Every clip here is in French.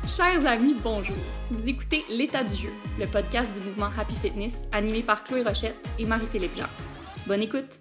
Chers amis, bonjour! Vous écoutez L'état du jeu, le podcast du mouvement Happy Fitness, animé par Chloé Rochette et Marie-Philippe Jean. Bonne écoute!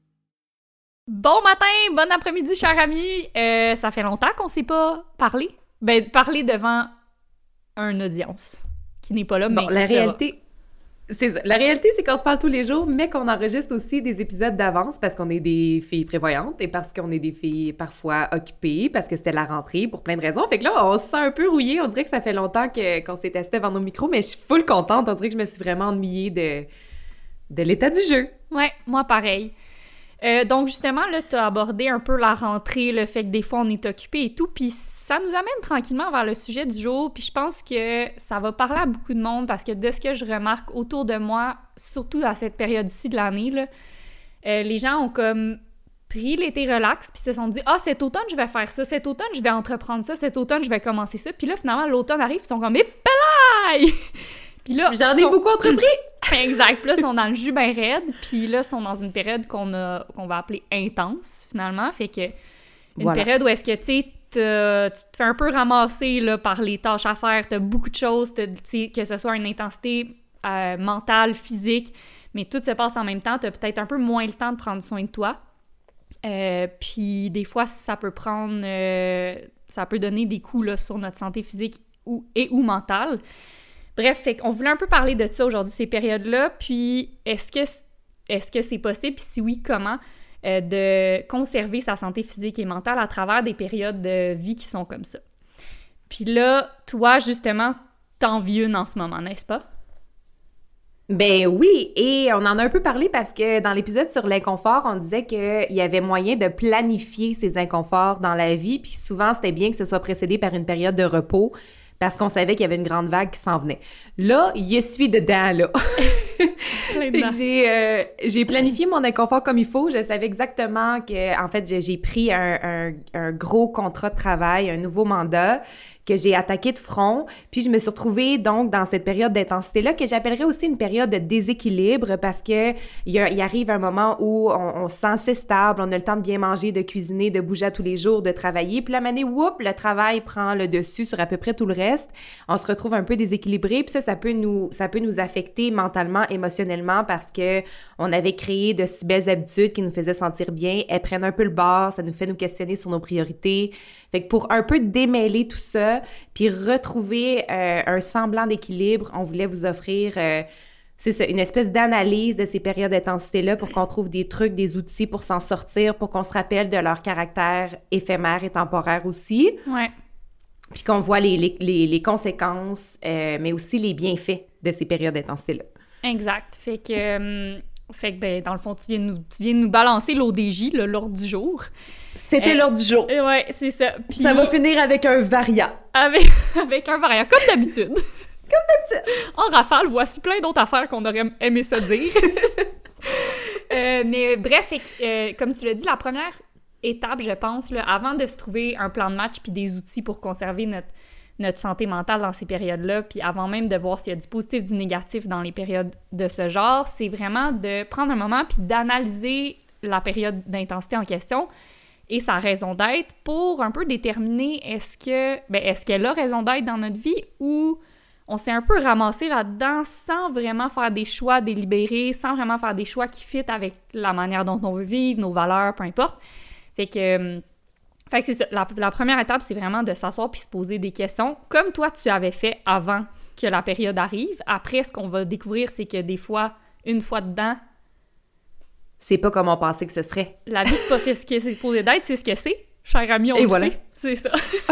Bon matin, bon après-midi, chers amis! Ça fait longtemps qu'on ne s'est pas parlé. Parler devant une audience qui n'est pas là, mais bon, la réalité... C'est ça. La réalité, c'est qu'on se parle tous les jours, mais qu'on enregistre aussi des épisodes d'avance parce qu'on est des filles prévoyantes et parce qu'on est des filles parfois occupées, parce que c'était la rentrée pour plein de raisons. Fait que là, on se sent un peu rouillé. On dirait que ça fait longtemps qu'on s'est testé devant nos micros, mais je suis full contente. On dirait que je me suis vraiment ennuyée de l'état du jeu. Ouais, moi pareil. Donc justement, là, tu as abordé un peu la rentrée, le fait que des fois on est occupé et tout, puis ça nous amène tranquillement vers le sujet du jour, puis je pense que ça va parler à beaucoup de monde parce que de ce que je remarque autour de moi, surtout à cette période-ci de l'année, là, les gens ont comme pris l'été relax puis se sont dit « Ah, cet automne, je vais faire ça, cet automne, je vais entreprendre ça, cet automne, je vais commencer ça », puis là, finalement, l'automne arrive, ils sont comme « Mais pelaille! » Puis là, j'en ai beaucoup entrepris! Exact. Puis là, ils sont dans le jus bien raide. Puis là, ils sont dans une période qu'on va appeler intense, finalement. Fait que une période où est-ce que, tu sais, tu te fais un peu ramasser là, par les tâches à faire. T'as beaucoup de choses, que ce soit une intensité mentale, physique, mais tout se passe en même temps. T'as peut-être un peu moins le temps de prendre soin de toi. Puis des fois, ça peut donner des coups là, sur notre santé physique ou mentale. Bref, fait qu'on voulait un peu parler de ça aujourd'hui, ces périodes-là, puis est-ce que c'est possible, puis si oui, comment, de conserver sa santé physique et mentale à travers des périodes de vie qui sont comme ça. Puis là, toi, justement, t'en vis une en ce moment, n'est-ce pas? Ben oui, et on en a un peu parlé parce que dans l'épisode sur l'inconfort, on disait qu'il y avait moyen de planifier ces inconforts dans la vie, puis souvent, c'était bien que ce soit précédé par une période de repos, parce qu'on savait qu'il y avait une grande vague qui s'en venait. Là, je suis dedans, là. Fait que j'ai planifié mon inconfort comme il faut. Je savais exactement que, en fait, j'ai pris un gros contrat de travail, un nouveau mandat que j'ai attaqué de front. Puis je me suis retrouvée donc dans cette période d'intensité-là que j'appellerais aussi une période de déséquilibre parce que il arrive un moment où on se sent assez stable, on a le temps de bien manger, de cuisiner, de bouger à tous les jours, de travailler. Puis la manée, le travail prend le dessus sur à peu près tout le reste. On se retrouve un peu déséquilibré. Puis ça peut nous affecter mentalement, émotionnellement parce que on avait créé de si belles habitudes qui nous faisaient sentir bien. Elles prennent un peu le bord, ça nous fait nous questionner sur nos priorités. Fait que pour un peu démêler tout ça, puis retrouver un semblant d'équilibre, on voulait vous offrir, c'est ça, une espèce d'analyse de ces périodes d'intensité-là pour qu'on trouve des trucs, des outils pour s'en sortir, pour qu'on se rappelle de leur caractère éphémère et temporaire aussi. Ouais. Puis qu'on voit les conséquences, mais aussi les bienfaits de ces périodes d'intensité-là. Exact. Fait que ben, dans le fond, tu viens de nous balancer l'ODJ, l'ordre du jour. C'était l'ordre du jour. Ouais, c'est ça. Puis, ça va finir avec un variant. Avec un variant, comme d'habitude. Comme d'habitude. En rafale, voici plein d'autres affaires qu'on aurait aimé se dire. Mais bref, comme tu l'as dit, la première étape, je pense, là, avant de se trouver un plan de match puis des outils pour conserver notre santé mentale dans ces périodes-là, puis avant même de voir s'il y a du positif, du négatif dans les périodes de ce genre, c'est vraiment de prendre un moment puis d'analyser la période d'intensité en question et sa raison d'être pour un peu déterminer est-ce qu'elle a raison d'être dans notre vie ou on s'est un peu ramassé là-dedans sans vraiment faire des choix délibérés, sans vraiment faire des choix qui fit avec la manière dont on veut vivre, nos valeurs, peu importe. Fait que c'est ça. La première étape, c'est vraiment de s'asseoir puis se poser des questions, comme toi, tu avais fait avant que la période arrive. Après, ce qu'on va découvrir, c'est que des fois, une fois dedans, c'est pas comme on pensait que ce serait. La vie, c'est pas ce que c'est supposé d'être, c'est ce que c'est. Cher ami, on et le voilà. sait. C'est ça.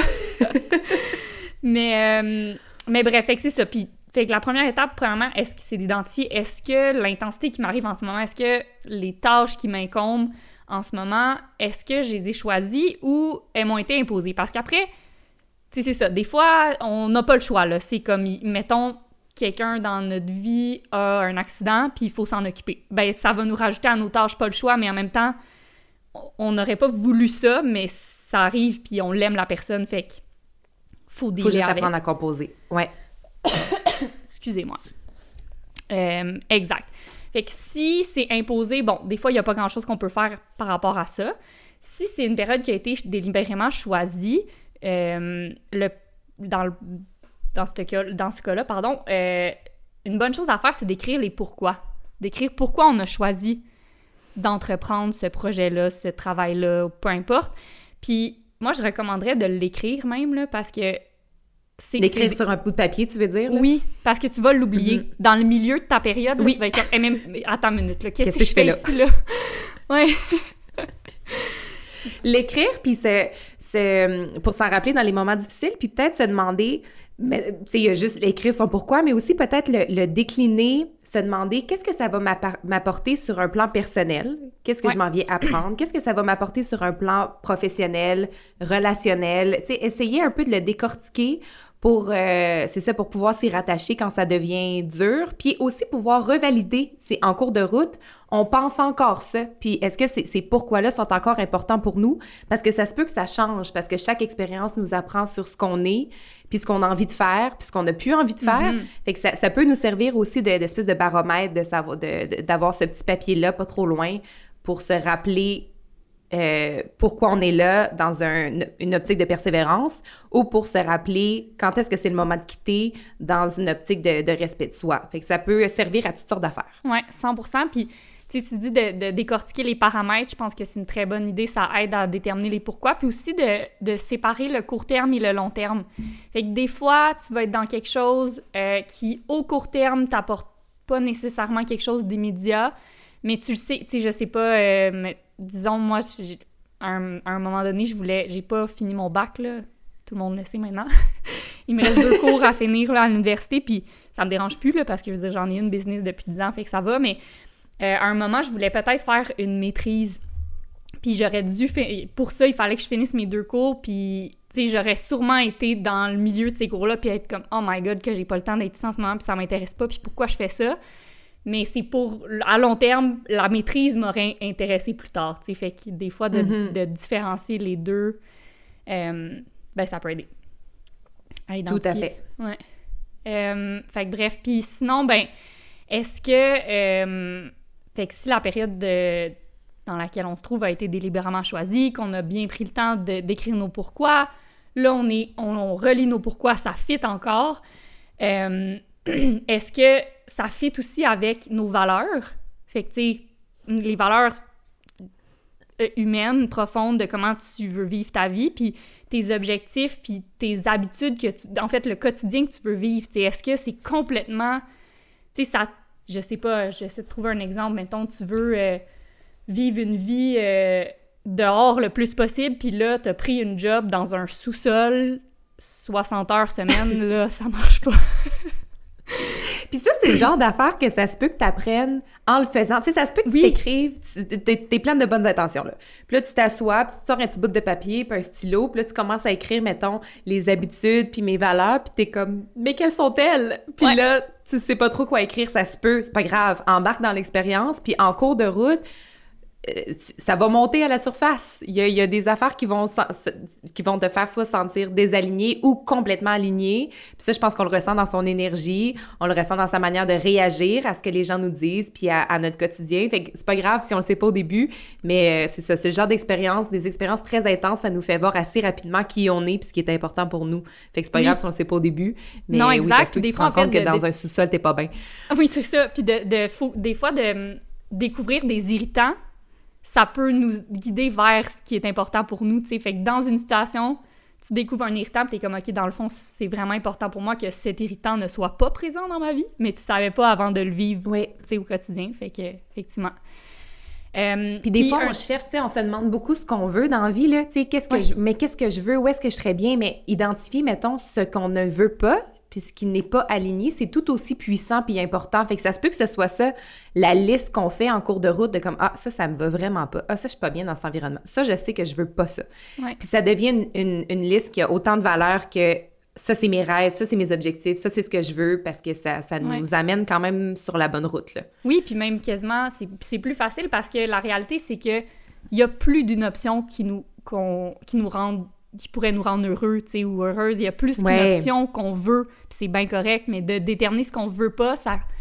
mais bref, fait que c'est ça. Puis, fait que la première étape, premièrement, c'est d'identifier est-ce que l'intensité qui m'arrive en ce moment, est-ce que les tâches qui m'incombent en ce moment, est-ce que je les ai choisies ou elles m'ont été imposées? Parce qu'après, tu sais, c'est ça. Des fois, on n'a pas le choix, là. C'est comme, mettons, quelqu'un dans notre vie a un accident, puis il faut s'en occuper. Ben, ça va nous rajouter à nos tâches, pas le choix, mais en même temps, on n'aurait pas voulu ça, mais ça arrive, puis on l'aime, la personne, fait qu'il faut dealer avec. Faut juste apprendre à composer. Ouais. Excusez-moi. Exact. Fait que si c'est imposé, bon, des fois, il n'y a pas grand-chose qu'on peut faire par rapport à ça. Si c'est une période qui a été délibérément choisie, le dans ce cas-là, pardon, une bonne chose à faire, c'est d'écrire les pourquoi. D'écrire pourquoi on a choisi d'entreprendre ce projet-là, ce travail-là, peu importe. Puis moi, je recommanderais de l'écrire même, là, parce que l'écrire sur un bout de papier, tu veux dire? Là? Oui, parce que tu vas l'oublier. Dans le milieu de ta période, là, tu vas être comme... même... Attends une minute, là, qu'est-ce que je fais là? Ici, là? Ouais. L'écrire, puis pour s'en rappeler dans les moments difficiles, puis peut-être se demander... Mais tu sais, il y a juste écrire son pourquoi, mais aussi peut-être le décliner, se demander qu'est-ce que ça va m'apporter sur un plan personnel, qu'est-ce que je m'en viens apprendre, qu'est-ce que ça va m'apporter sur un plan professionnel, relationnel, tu sais, essayer un peu de le décortiquer pour, c'est ça, pour pouvoir s'y rattacher quand ça devient dur, puis aussi pouvoir revalider, c'est en cours de route, on pense encore ça, puis est-ce que ces pourquoi-là sont encore importants pour nous? Parce que ça se peut que ça change, parce que chaque expérience nous apprend sur ce qu'on est, puis ce qu'on a envie de faire, puis ce qu'on n'a plus envie de faire. Fait que ça peut nous servir aussi d'espèce de baromètre, d'avoir ce petit papier-là, pas trop loin, pour se rappeler pourquoi on est là dans une optique de persévérance, ou pour se rappeler quand est-ce que c'est le moment de quitter dans une optique de respect de soi. Fait que ça peut servir à toutes sortes d'affaires. Oui, 100%. Puis tu dis de décortiquer les paramètres, je pense que c'est une très bonne idée, ça aide à déterminer les pourquoi, puis aussi de séparer le court terme et le long terme. Fait que des fois, tu vas être dans quelque chose qui, au court terme, t'apporte pas nécessairement quelque chose d'immédiat, mais tu le sais, tu sais, je sais pas, mais disons, moi, à un moment donné, j'ai pas fini mon bac, là, tout le monde le sait maintenant. Il me reste 2 cours à finir là, à l'université, puis ça me dérange plus, là, parce que je veux dire, j'en ai une business depuis 10 ans, fait que ça va, mais à un moment, je voulais peut-être faire une maîtrise. Puis j'aurais dû... Pour ça, il fallait que je finisse mes 2 cours. Puis, tu sais, j'aurais sûrement été dans le milieu de ces cours-là puis être comme « Oh my God, que j'ai pas le temps d'être ici en ce moment, puis ça m'intéresse pas, puis pourquoi je fais ça? » Mais c'est pour... À long terme, la maîtrise m'aurait intéressée plus tard, tu sais. Fait que des fois, de différencier les deux, ben ça peut aider à identifier. Tout à fait. Ouais. Fait que bref, puis sinon, ben est-ce que... Fait que si la période dans laquelle on se trouve a été délibérément choisie, qu'on a bien pris le temps d'écrire nos pourquoi, là, on relit nos pourquoi, ça fit encore. Est-ce que ça fit aussi avec nos valeurs? Fait que, tu sais, les valeurs humaines, profondes, de comment tu veux vivre ta vie, puis tes objectifs, puis tes habitudes, en fait, le quotidien que tu veux vivre. Tu sais, est-ce que c'est complètement... Tu sais, ça... Je sais pas, j'essaie de trouver un exemple. Mettons, tu veux vivre une vie dehors le plus possible, puis là, t'as pris une job dans un sous-sol 60 heures semaine, là, ça marche pas. Puis ça, c'est le genre d'affaire que ça se peut que t'apprennes en le faisant. Tu sais, ça se peut que tu t'écrives, t'es pleine de bonnes intentions, là. Puis là, tu t'assois, puis tu te sors un petit bout de papier, puis un stylo, puis là, tu commences à écrire, mettons, les habitudes, puis mes valeurs, puis t'es comme « Mais quelles sont-elles? » Puis là, tu sais pas trop quoi écrire, ça se peut, c'est pas grave. Embarque dans l'expérience, puis en cours de route, ça va monter à la surface. Il y a des affaires qui vont te faire soit sentir désaligné ou complètement aligné. Puis ça, je pense qu'on le ressent dans son énergie, on le ressent dans sa manière de réagir à ce que les gens nous disent, puis à notre quotidien. Fait que c'est pas grave si on le sait pas au début, mais c'est ça, c'est le genre d'expérience, des expériences très intenses, ça nous fait voir assez rapidement qui on est puis ce qui est important pour nous. Fait que c'est pas grave si on le sait pas au début, mais non, exact. Oui, ça se peut que tu te rends compte que dans un sous-sol, t'es pas bien. Oui, c'est ça. Puis des fois, de découvrir des irritants, ça peut nous guider vers ce qui est important pour nous, tu sais. Fait que dans une situation, tu découvres un irritant, puis t'es comme, OK, dans le fond, c'est vraiment important pour moi que cet irritant ne soit pas présent dans ma vie, mais tu savais pas avant de le vivre, tu sais, au quotidien. Fait que, effectivement. Puis des fois, on cherche, tu sais, on se demande beaucoup ce qu'on veut dans la vie, là, tu sais, qu'est-ce que je veux, où est-ce que je serais bien, mais identifier, mettons, ce qu'on ne veut pas, puis ce qui n'est pas aligné, c'est tout aussi puissant puis important. Fait que ça se peut que ce soit ça, la liste qu'on fait en cours de route de comme « Ah, ça me va vraiment pas. Ah, ça, je suis pas bien dans cet environnement. Ça, je sais que je veux pas ça. » Puis ça devient une liste qui a autant de valeur que ça, c'est mes rêves, ça, c'est mes objectifs, ça, c'est ce que je veux, parce que ça nous amène quand même sur la bonne route, là. Oui, puis même quasiment, c'est plus facile parce que la réalité, c'est que il y a plus d'une option qui pourrait nous rendre heureux, tu sais, ou heureuse. Il y a plus qu'une option qu'on veut, puis c'est bien correct, mais de déterminer ce qu'on veut pas,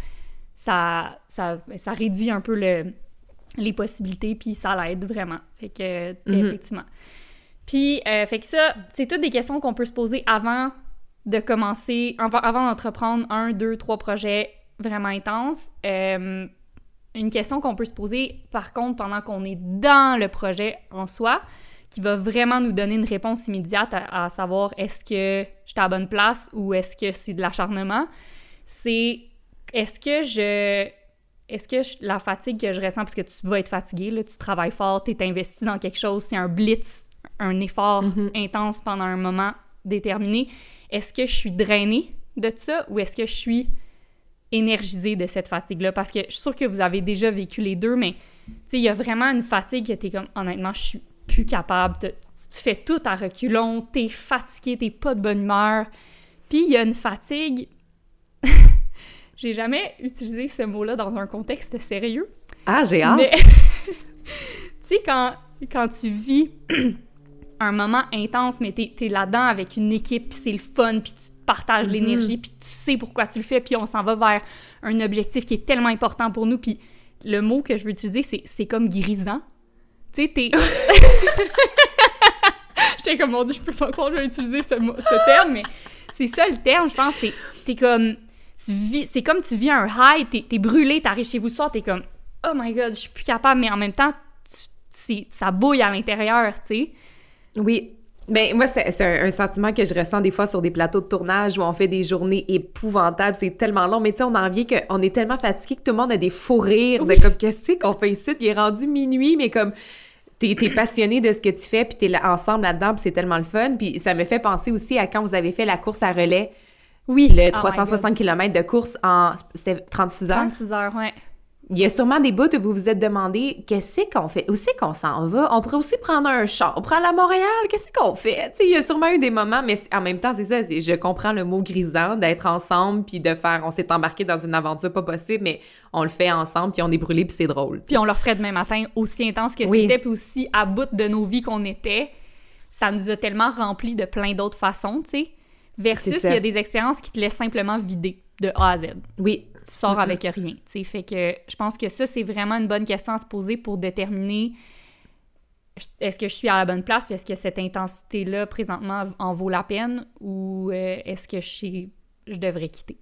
ça réduit un peu les possibilités, puis ça l'aide vraiment. Fait que, effectivement. Puis, fait que ça, c'est toutes des questions qu'on peut se poser avant de commencer, avant d'entreprendre 1, 2, 3 projets vraiment intenses, une question qu'on peut se poser, par contre, pendant qu'on est dans le projet en soi, qui va vraiment nous donner une réponse immédiate à savoir est-ce que je suis à la bonne place ou est-ce que c'est de l'acharnement, c'est est-ce que la fatigue que je ressens, parce que tu vas être fatigué, là, tu travailles fort, tu es investi dans quelque chose, c'est un blitz, un effort intense pendant un moment déterminé, est-ce que je suis drainée de ça ou est-ce que je suis énergisée de cette fatigue-là? Parce que je suis sûre que vous avez déjà vécu les deux, mais tu sais, il y a vraiment une fatigue que t'es comme, honnêtement, je suis plus capable, tu fais tout à reculons, t'es fatigué, t'es pas de bonne humeur. Puis il y a une fatigue... J'ai jamais utilisé ce mot-là dans un contexte sérieux. Ah, j'ai hâte! Mais tu sais, quand tu vis un moment intense, mais t'es là-dedans avec une équipe, puis c'est le fun, puis tu partages l'énergie, puis tu sais pourquoi tu le fais, puis on s'en va vers un objectif qui est tellement important pour nous, puis le mot que je veux utiliser, c'est comme grisant. Tu sais, t'es... J'étais comme, mon Dieu, je peux pas croire que je vais utiliser ce terme, mais c'est ça le terme, je pense, t'es comme... c'est comme tu vis un high, t'es brûlé, t'arrives chez vous ce soir, t'es comme « Oh my God, je suis plus capable », mais en même temps, ça bouille à l'intérieur, tu sais. Oui. Ben moi, c'est un sentiment que je ressens des fois sur des plateaux de tournage où on fait des journées épouvantables, c'est tellement long, mais tu sais, on en vient qu'on est tellement fatigué que tout le monde a des fous rires de comme « Qu'est-ce qu'on fait ici? » Il est rendu minuit, mais comme... T'es passionné de ce que tu fais, puis t'es là, ensemble là-dedans, puis c'est tellement le fun. Puis ça me fait penser aussi à quand vous avez fait la course à relais. Oui, le 360 km de course c'était 36 heures? 36 heures, ouais. Il y a sûrement des bouts où vous vous êtes demandé qu'est-ce qu'on fait, où c'est qu'on s'en va? On pourrait aussi prendre un char, on pourrait aller à Montréal, qu'est-ce qu'on fait? Tu sais, il y a sûrement eu des moments, mais en même temps, c'est ça, je comprends le mot grisant, d'être ensemble, puis de faire, on s'est embarqué dans une aventure pas possible, mais on le fait ensemble, puis on est brûlés, puis c'est drôle. T'sais. Puis on le referait demain matin, aussi intense que c'était, puis aussi à bout de nos vies qu'on était. Ça nous a tellement remplis de plein d'autres façons, tu sais. Versus, il y a des expériences qui te laissent simplement vider de A à Z. Oui. Tu sors avec rien, tu sais. Fait que je pense que ça, c'est vraiment une bonne question à se poser pour déterminer est-ce que je suis à la bonne place, puis est-ce que cette intensité-là, présentement, en vaut la peine, ou est-ce que je devrais quitter?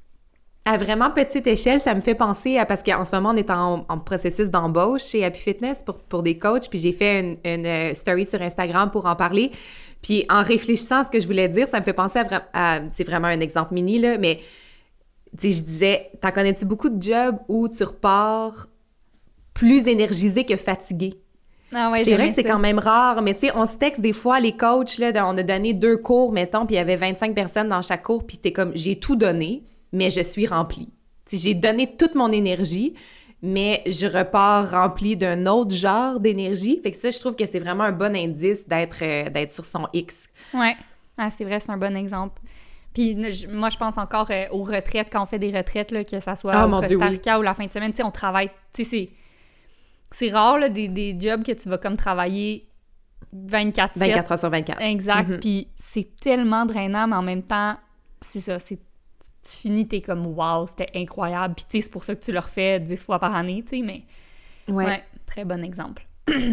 À vraiment petite échelle, ça me fait penser à... Parce qu'en ce moment, on est en processus d'embauche chez Happy Fitness pour des coachs, puis j'ai fait une story sur Instagram pour en parler. Puis en réfléchissant à ce que je voulais dire, ça me fait penser à c'est vraiment un exemple mini, là, mais tu sais, je disais, t'en connais-tu beaucoup de jobs où tu repars plus énergisé que fatigué? Ah ouais, c'est vrai que c'est quand même rare, mais tu sais, on se texte des fois, les coachs, là, on a donné 2 cours, mettons, puis il y avait 25 personnes dans chaque cours, puis t'es comme, j'ai tout donné, mais je suis remplie. Tu sais, j'ai donné toute mon énergie, mais je repars remplie d'un autre genre d'énergie. Fait que ça, je trouve que c'est vraiment un bon indice d'être sur son X. Ouais, c'est vrai, c'est un bon exemple. Puis moi, je pense encore aux retraites, quand on fait des retraites, là, que ça soit au Costa Rica ou la fin de semaine, tu sais, on travaille, tu sais, c'est rare, là, des jobs que tu vas comme travailler 24/7. 24 heures sur 24. Exact, puis c'est tellement drainant, mais en même temps, c'est ça, tu finis, t'es comme « Wow, c'était incroyable », puis tu sais, c'est pour ça que tu le refais 10 fois par année, tu sais, mais... Ouais, très bon exemple.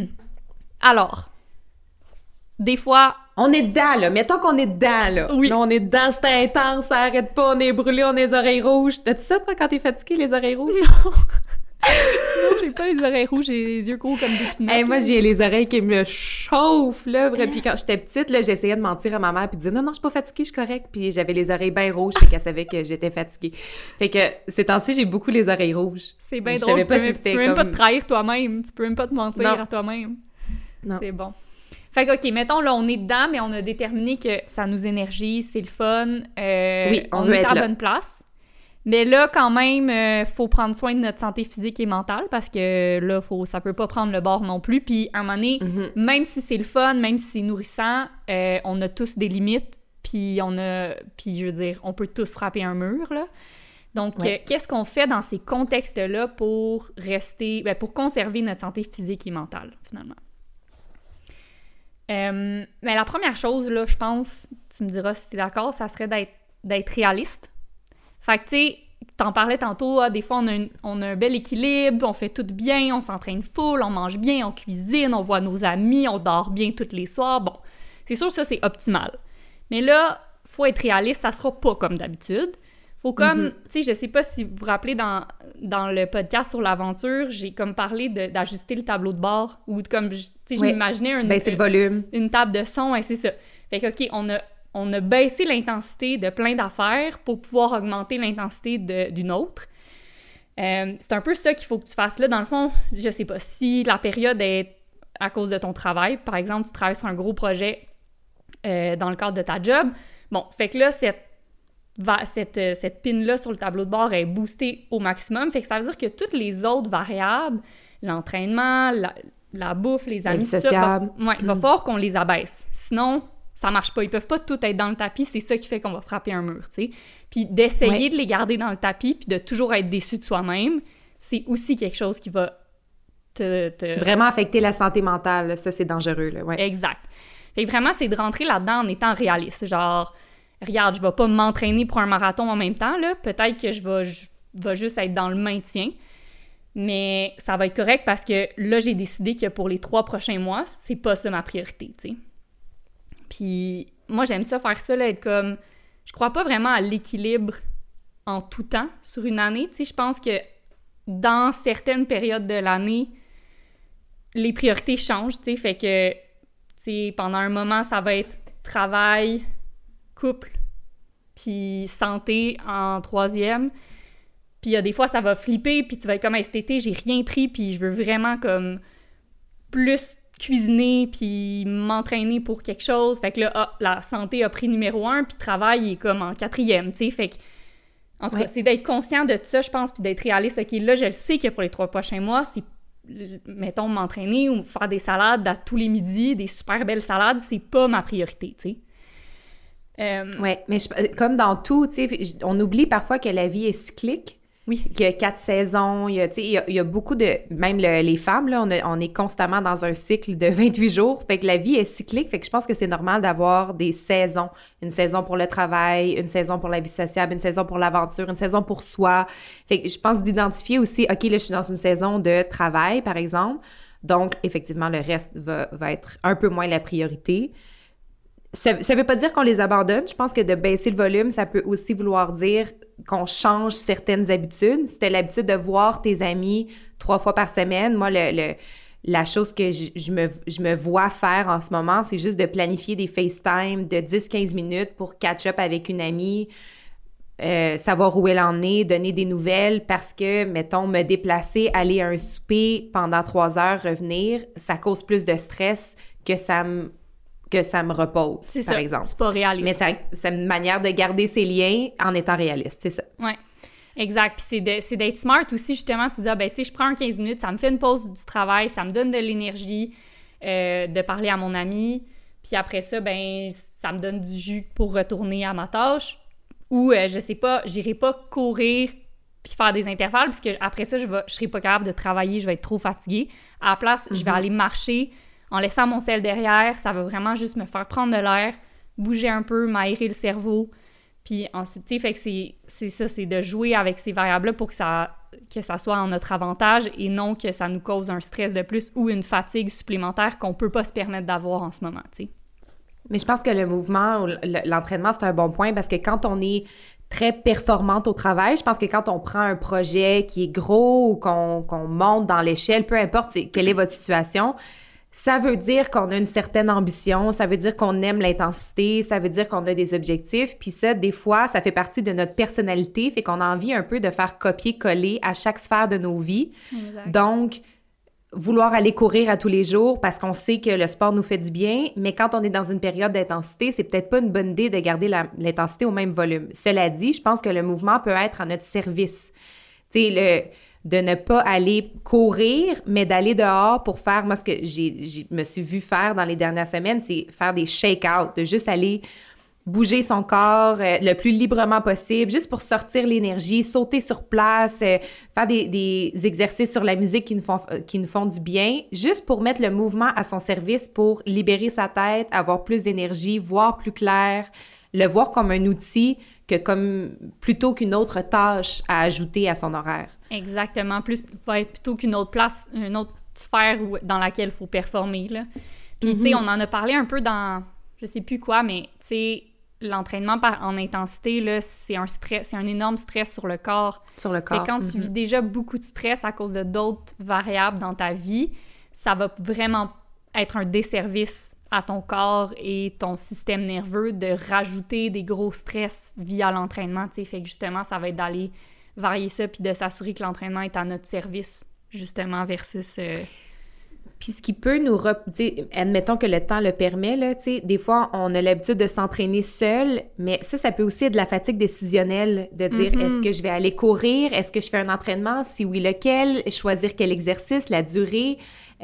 Alors, des fois... On est dedans, là. Mettons qu'on est dedans, là. Oui. Là, on est dedans, c'est intense, ça arrête pas, on est brûlé, on a les oreilles rouges. T'as-tu ça, toi, quand t'es fatigué, les oreilles rouges? Non! Non, j'ai pas les oreilles rouges, j'ai les yeux gros comme des pinottes. Hey, moi, j'ai les oreilles qui me chauffent, là. Puis quand j'étais petite, là, j'essayais de mentir à ma mère puis de dire « Non, je suis pas fatiguée, je suis correcte. » Puis j'avais les oreilles bien rouges, fait qu'elle savait que j'étais fatiguée. Fait que ces temps-ci, j'ai beaucoup les oreilles rouges. C'est bien drôle, tu peux même pas te trahir toi-même. Tu peux même pas te mentir à toi-même. Non. C'est bon. Fait que, OK, mettons, là, on est dedans, mais on a déterminé que ça nous énergise, c'est le fun. Oui, on est à la bonne place. Mais là, quand même, faut prendre soin de notre santé physique et mentale parce que là, ça peut pas prendre le bord non plus. Puis, à un moment donné, même si c'est le fun, même si c'est nourrissant, on a tous des limites. Puis, je veux dire, on peut tous frapper un mur, là. Donc, qu'est-ce qu'on fait dans ces contextes-là pour pour conserver notre santé physique et mentale, finalement? Mais la première chose, là, je pense, tu me diras si t'es d'accord, ça serait d'être réaliste. Fait que, tu sais, t'en parlais tantôt, des fois, on a un bel équilibre, on fait tout bien, on s'entraîne full, on mange bien, on cuisine, on voit nos amis, on dort bien tous les soirs. Bon, c'est sûr que ça, c'est optimal. Mais là, faut être réaliste, ça sera pas comme d'habitude. Faut comme, tu sais, je sais pas si vous vous rappelez dans le podcast sur l'aventure, j'ai comme parlé d'ajuster le tableau de bord ou comme, tu sais, je m'imaginais baisser le volume. Une table de son, ouais, c'est ça. Fait que, OK, on a baissé l'intensité de plein d'affaires pour pouvoir augmenter l'intensité d'une autre. C'est un peu ça qu'il faut que tu fasses là. Dans le fond, je sais pas, si la période est à cause de ton travail, par exemple, tu travailles sur un gros projet dans le cadre de ta job, bon, fait que là, cette pin-là sur le tableau de bord est boostée au maximum. Fait que ça veut dire que toutes les autres variables, l'entraînement, la bouffe, les amis, tout ça, il va falloir qu'on les abaisse. Sinon, ça marche pas. Ils peuvent pas tout être dans le tapis. C'est ça qui fait qu'on va frapper un mur, tu sais. Puis d'essayer de les garder dans le tapis puis de toujours être déçu de soi-même, c'est aussi quelque chose qui va te... Vraiment affecter la santé mentale. Ça, c'est dangereux, là. Ouais. Exact. Fait que vraiment, c'est de rentrer là-dedans en étant réaliste. Genre... Regarde, je vais pas m'entraîner pour un marathon en même temps, là. Peut-être que je vais juste être dans le maintien. Mais ça va être correct parce que là, j'ai décidé que pour les 3 prochains mois, c'est pas ça ma priorité, tu sais. Puis moi, j'aime ça, faire ça, là, être comme... Je crois pas vraiment à l'équilibre en tout temps sur une année, tu sais. Je pense que dans certaines périodes de l'année, les priorités changent, tu sais. Fait que, tu sais, pendant un moment, ça va être travail... couple, puis santé en 3e. Puis il y a des fois, ça va flipper, puis tu vas être comme, hey, cet été, j'ai rien pris, puis je veux vraiment comme plus cuisiner, puis m'entraîner pour quelque chose. Fait que là, la santé a pris numéro 1, puis travail est comme en 4e, tu sais. Fait que, en tout cas, c'est d'être conscient de ça, je pense, puis d'être réaliste. OK, là, je le sais que pour les 3 prochains mois, c'est, mettons, m'entraîner ou faire des salades à tous les midis, des super belles salades, c'est pas ma priorité, tu sais. Oui, mais comme dans tout, tu sais, on oublie parfois que la vie est cyclique. Oui. Qu'il y a 4 saisons, il y a beaucoup de... Même les femmes, là, on est constamment dans un cycle de 28 jours. Fait que la vie est cyclique. Fait que je pense que c'est normal d'avoir des saisons. Une saison pour le travail, une saison pour la vie sociale, une saison pour l'aventure, une saison pour soi. Fait que je pense d'identifier aussi, OK, là, je suis dans une saison de travail, par exemple. Donc, effectivement, le reste va être un peu moins la priorité. Ça veut pas dire qu'on les abandonne. Je pense que de baisser le volume, ça peut aussi vouloir dire qu'on change certaines habitudes. Si t'as l'habitude de voir tes amis 3 fois par semaine, moi, la chose que je me vois faire en ce moment, c'est juste de planifier des FaceTime de 10-15 minutes pour catch-up avec une amie, savoir où elle en est, donner des nouvelles parce que, mettons, me déplacer, aller à un souper pendant 3 heures, revenir, ça cause plus de stress que ça me repose, c'est par ça. exemple. C'est pas réaliste. Mais c'est une manière de garder ses liens en étant réaliste, c'est ça. Oui, exact. Puis c'est d'être smart aussi, justement. Tu te dis, ben, tu sais, je prends un 15 minutes, ça me fait une pause du travail, ça me donne de l'énergie de parler à mon ami. Puis après ça, ben, ça me donne du jus pour retourner à ma tâche. Ou, je sais pas, j'irai pas courir puis faire des intervalles, puisque après ça, je serai pas capable de travailler, je vais être trop fatiguée. À la place, je vais aller marcher en laissant mon sel derrière. Ça va vraiment juste me faire prendre de l'air, bouger un peu, m'aérer le cerveau. Puis ensuite, tu sais, fait que c'est ça, c'est de jouer avec ces variables-là pour que ça soit en notre avantage et non que ça nous cause un stress de plus ou une fatigue supplémentaire qu'on peut pas se permettre d'avoir en ce moment, tu sais. Mais je pense que le mouvement, l'entraînement, c'est un bon point parce que quand on est très performante au travail, je pense que quand on prend un projet qui est gros ou qu'on monte dans l'échelle, peu importe quelle est votre situation, ça veut dire qu'on a une certaine ambition, ça veut dire qu'on aime l'intensité, ça veut dire qu'on a des objectifs, puis ça, des fois, ça fait partie de notre personnalité, fait qu'on a envie un peu de faire copier-coller à chaque sphère de nos vies. Exact. Donc, vouloir aller courir à tous les jours parce qu'on sait que le sport nous fait du bien, mais quand on est dans une période d'intensité, c'est peut-être pas une bonne idée de garder l'intensité au même volume. Cela dit, je pense que le mouvement peut être à notre service. Tu sais, de ne pas aller courir, mais d'aller dehors pour faire... Moi, ce que je me suis vue faire dans les dernières semaines, c'est faire des shake-out, de juste aller bouger son corps le plus librement possible, juste pour sortir l'énergie, sauter sur place, faire des exercices sur la musique qui nous font du bien, juste pour mettre le mouvement à son service, pour libérer sa tête, avoir plus d'énergie, voir plus clair, le voir comme un outil plutôt qu'une autre tâche à ajouter à son horaire. Exactement. Plutôt qu'une autre place, une autre sphère dans laquelle il faut performer, là. Puis, tu sais, on en a parlé un peu dans, je sais plus quoi, mais, tu sais, l'entraînement en intensité, là, c'est un énorme stress sur le corps. Sur le corps. Et quand tu vis déjà beaucoup de stress à cause de d'autres variables dans ta vie, ça va vraiment être un desservice à ton corps et ton système nerveux de rajouter des gros stress via l'entraînement, tu sais. Fait que justement, ça va être d'aller varier ça puis de s'assurer que l'entraînement est à notre service, justement, versus... Puis ce qui peut nous... admettons que le temps le permet, là, tu sais, des fois, on a l'habitude de s'entraîner seul, mais ça peut aussi être de la fatigue décisionnelle, de dire, est-ce que je vais aller courir? Est-ce que je fais un entraînement? Si oui, lequel? Choisir quel exercice? La durée?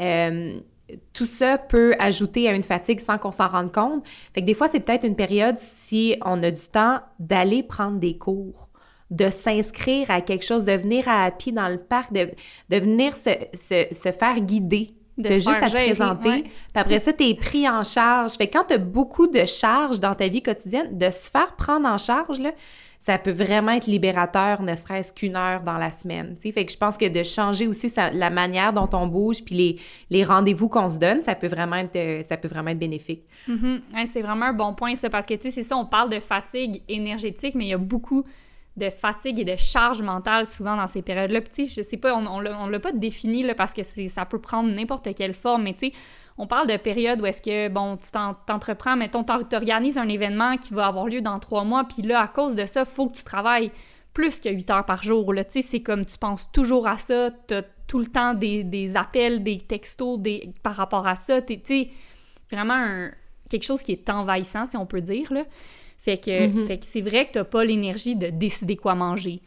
Tout ça peut ajouter à une fatigue sans qu'on s'en rende compte. Fait que des fois, c'est peut-être une période, si on a du temps, d'aller prendre des cours, de s'inscrire à quelque chose, de venir à pied dans le parc, de venir se faire guider, de juste à te présenter. Ouais. Puis après ça, t'es pris en charge. Fait que quand t'as beaucoup de charges dans ta vie quotidienne, de se faire prendre en charge, là, ça peut vraiment être libérateur, ne serait-ce qu'une heure dans la semaine. T'sais. Fait que je pense que de changer aussi la manière dont on bouge puis les rendez-vous qu'on se donne, ça peut vraiment être bénéfique. Ouais, c'est vraiment un bon point, ça, parce que, tu sais, c'est ça, on parle de fatigue énergétique, mais il y a beaucoup de fatigue et de charge mentale souvent dans ces périodes-là. Puis, tu sais, je sais pas, on l'a pas défini, là, parce que ça peut prendre n'importe quelle forme, mais tu sais, on parle de périodes où est-ce que, bon, tu t'entreprends, mettons, t'organises un événement qui va avoir lieu dans 3 mois, puis là, à cause de ça, il faut que tu travailles plus que 8 heures par jour, là, tu sais, c'est comme tu penses toujours à ça, t'as tout le temps des appels, des textos par rapport à ça, tu sais, vraiment quelque chose qui est envahissant, si on peut dire, là. Fait que c'est vrai que t'as pas l'énergie de décider quoi manger,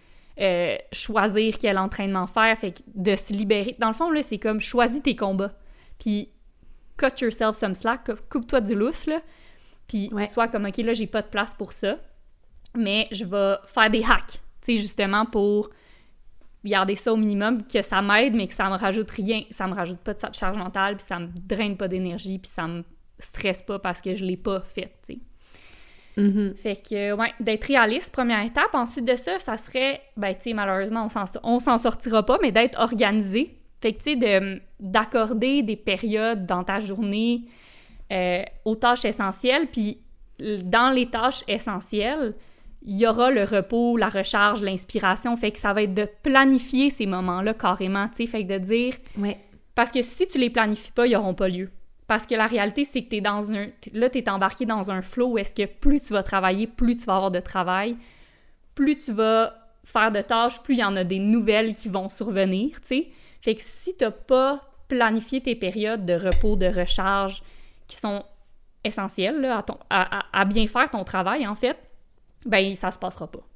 choisir quel entraînement faire, fait que de se libérer. Dans le fond, là, c'est comme choisis tes combats, puis cut yourself some slack, coupe-toi du lousse, là, puis sois comme, OK, là, j'ai pas de place pour ça, mais je vais faire des hacks, tu sais, justement, pour garder ça au minimum, que ça m'aide, mais que ça me rajoute rien, ça me rajoute pas de charge mentale, puis ça me draine pas d'énergie, puis ça me stresse pas parce que je l'ai pas fait, tu sais. Fait que, ouais, d'être réaliste, première étape. Ensuite de ça, ça serait, ben, tu sais, malheureusement, on s'en sortira pas, mais d'être organisé. Fait que, tu sais, d'accorder des périodes dans ta journée aux tâches essentielles. Puis, dans les tâches essentielles, il y aura le repos, la recharge, l'inspiration. Fait que ça va être de planifier ces moments-là carrément, tu sais. Fait que de dire... Ouais. Parce que si tu les planifies pas, ils n'auront pas lieu. Parce que la réalité, c'est que t'es embarqué dans un flow où est-ce que plus tu vas travailler, plus tu vas avoir de travail, plus tu vas faire de tâches, plus il y en a des nouvelles qui vont survenir, tu sais. Fait que si t'as pas planifié tes périodes de repos, de recharge, qui sont essentielles là, à bien faire ton travail, en fait, ben ça se passera pas.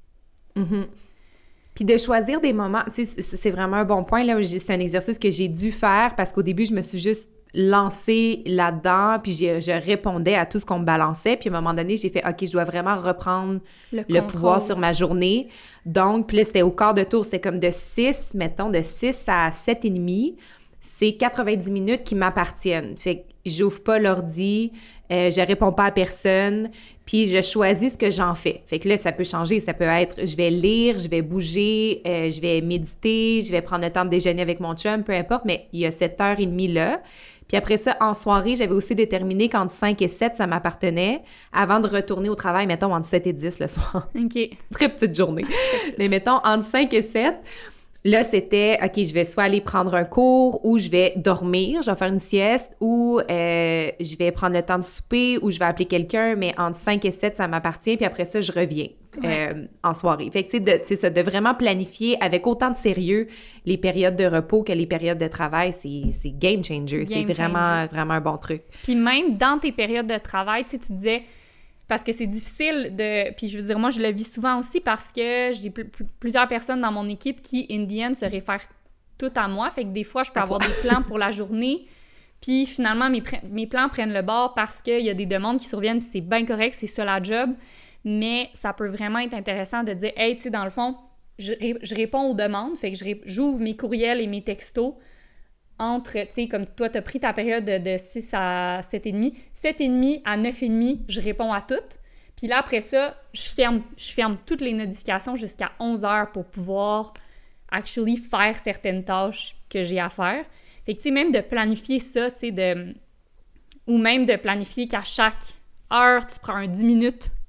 Puis de choisir des moments, tu sais, c'est vraiment un bon point, là. C'est un exercice que j'ai dû faire parce qu'au début, je me suis juste lancée là-dedans, puis je répondais à tout ce qu'on me balançait, puis à un moment donné, j'ai fait « OK, je dois vraiment reprendre le pouvoir sur ma journée. » Donc, puis là, c'était au quart de tour, c'était comme de 6 à 7,5, c'est 90 minutes qui m'appartiennent. Fait que j'ouvre pas l'ordi, je réponds pas à personne, puis je choisis ce que j'en fais. Fait que là, ça peut changer, ça peut être je vais lire, je vais bouger, je vais méditer, je vais prendre le temps de déjeuner avec mon chum, peu importe, mais il y a cette heure et demie là. Puis après ça, en soirée, j'avais aussi déterminé qu'entre 5 et 7, ça m'appartenait, avant de retourner au travail, mettons, entre 7 et 10 le soir. OK. Très petite journée. Mais mettons, entre 5 et 7... Là, c'était, OK, je vais soit aller prendre un cours ou je vais dormir, je vais faire une sieste ou je vais prendre le temps de souper ou je vais appeler quelqu'un, mais entre 5 et 7, ça m'appartient, puis après ça, je reviens en soirée. Fait que, c'est ça, de vraiment planifier avec autant de sérieux les périodes de repos que les périodes de travail, c'est game changer. C'est vraiment, vraiment un bon truc. Puis même dans tes périodes de travail, tu sais, tu disais... Parce que c'est difficile de... Puis je veux dire, moi, je le vis souvent aussi parce que j'ai plusieurs personnes dans mon équipe qui, in the end, se réfèrent tout à moi. Fait que des fois, je peux avoir des plans pour la journée. Puis finalement, mes plans prennent le bord parce qu'il y a des demandes qui surviennent. Puis c'est bien correct, c'est ça la job. Mais ça peut vraiment être intéressant de dire, hey, tu sais, dans le fond, je réponds aux demandes. Fait que j'ouvre mes courriels et mes textos entre, tu sais, comme toi, tu as pris ta période de 6 à 7,5. 7,5 à 9,5, je réponds à toutes. Puis là, après ça, je ferme toutes les notifications jusqu'à 11 heures pour pouvoir actually faire certaines tâches que j'ai à faire. Fait que, tu sais, même de planifier ça, tu sais, ou même de planifier qu'à chaque heure, tu prends un 10 minutes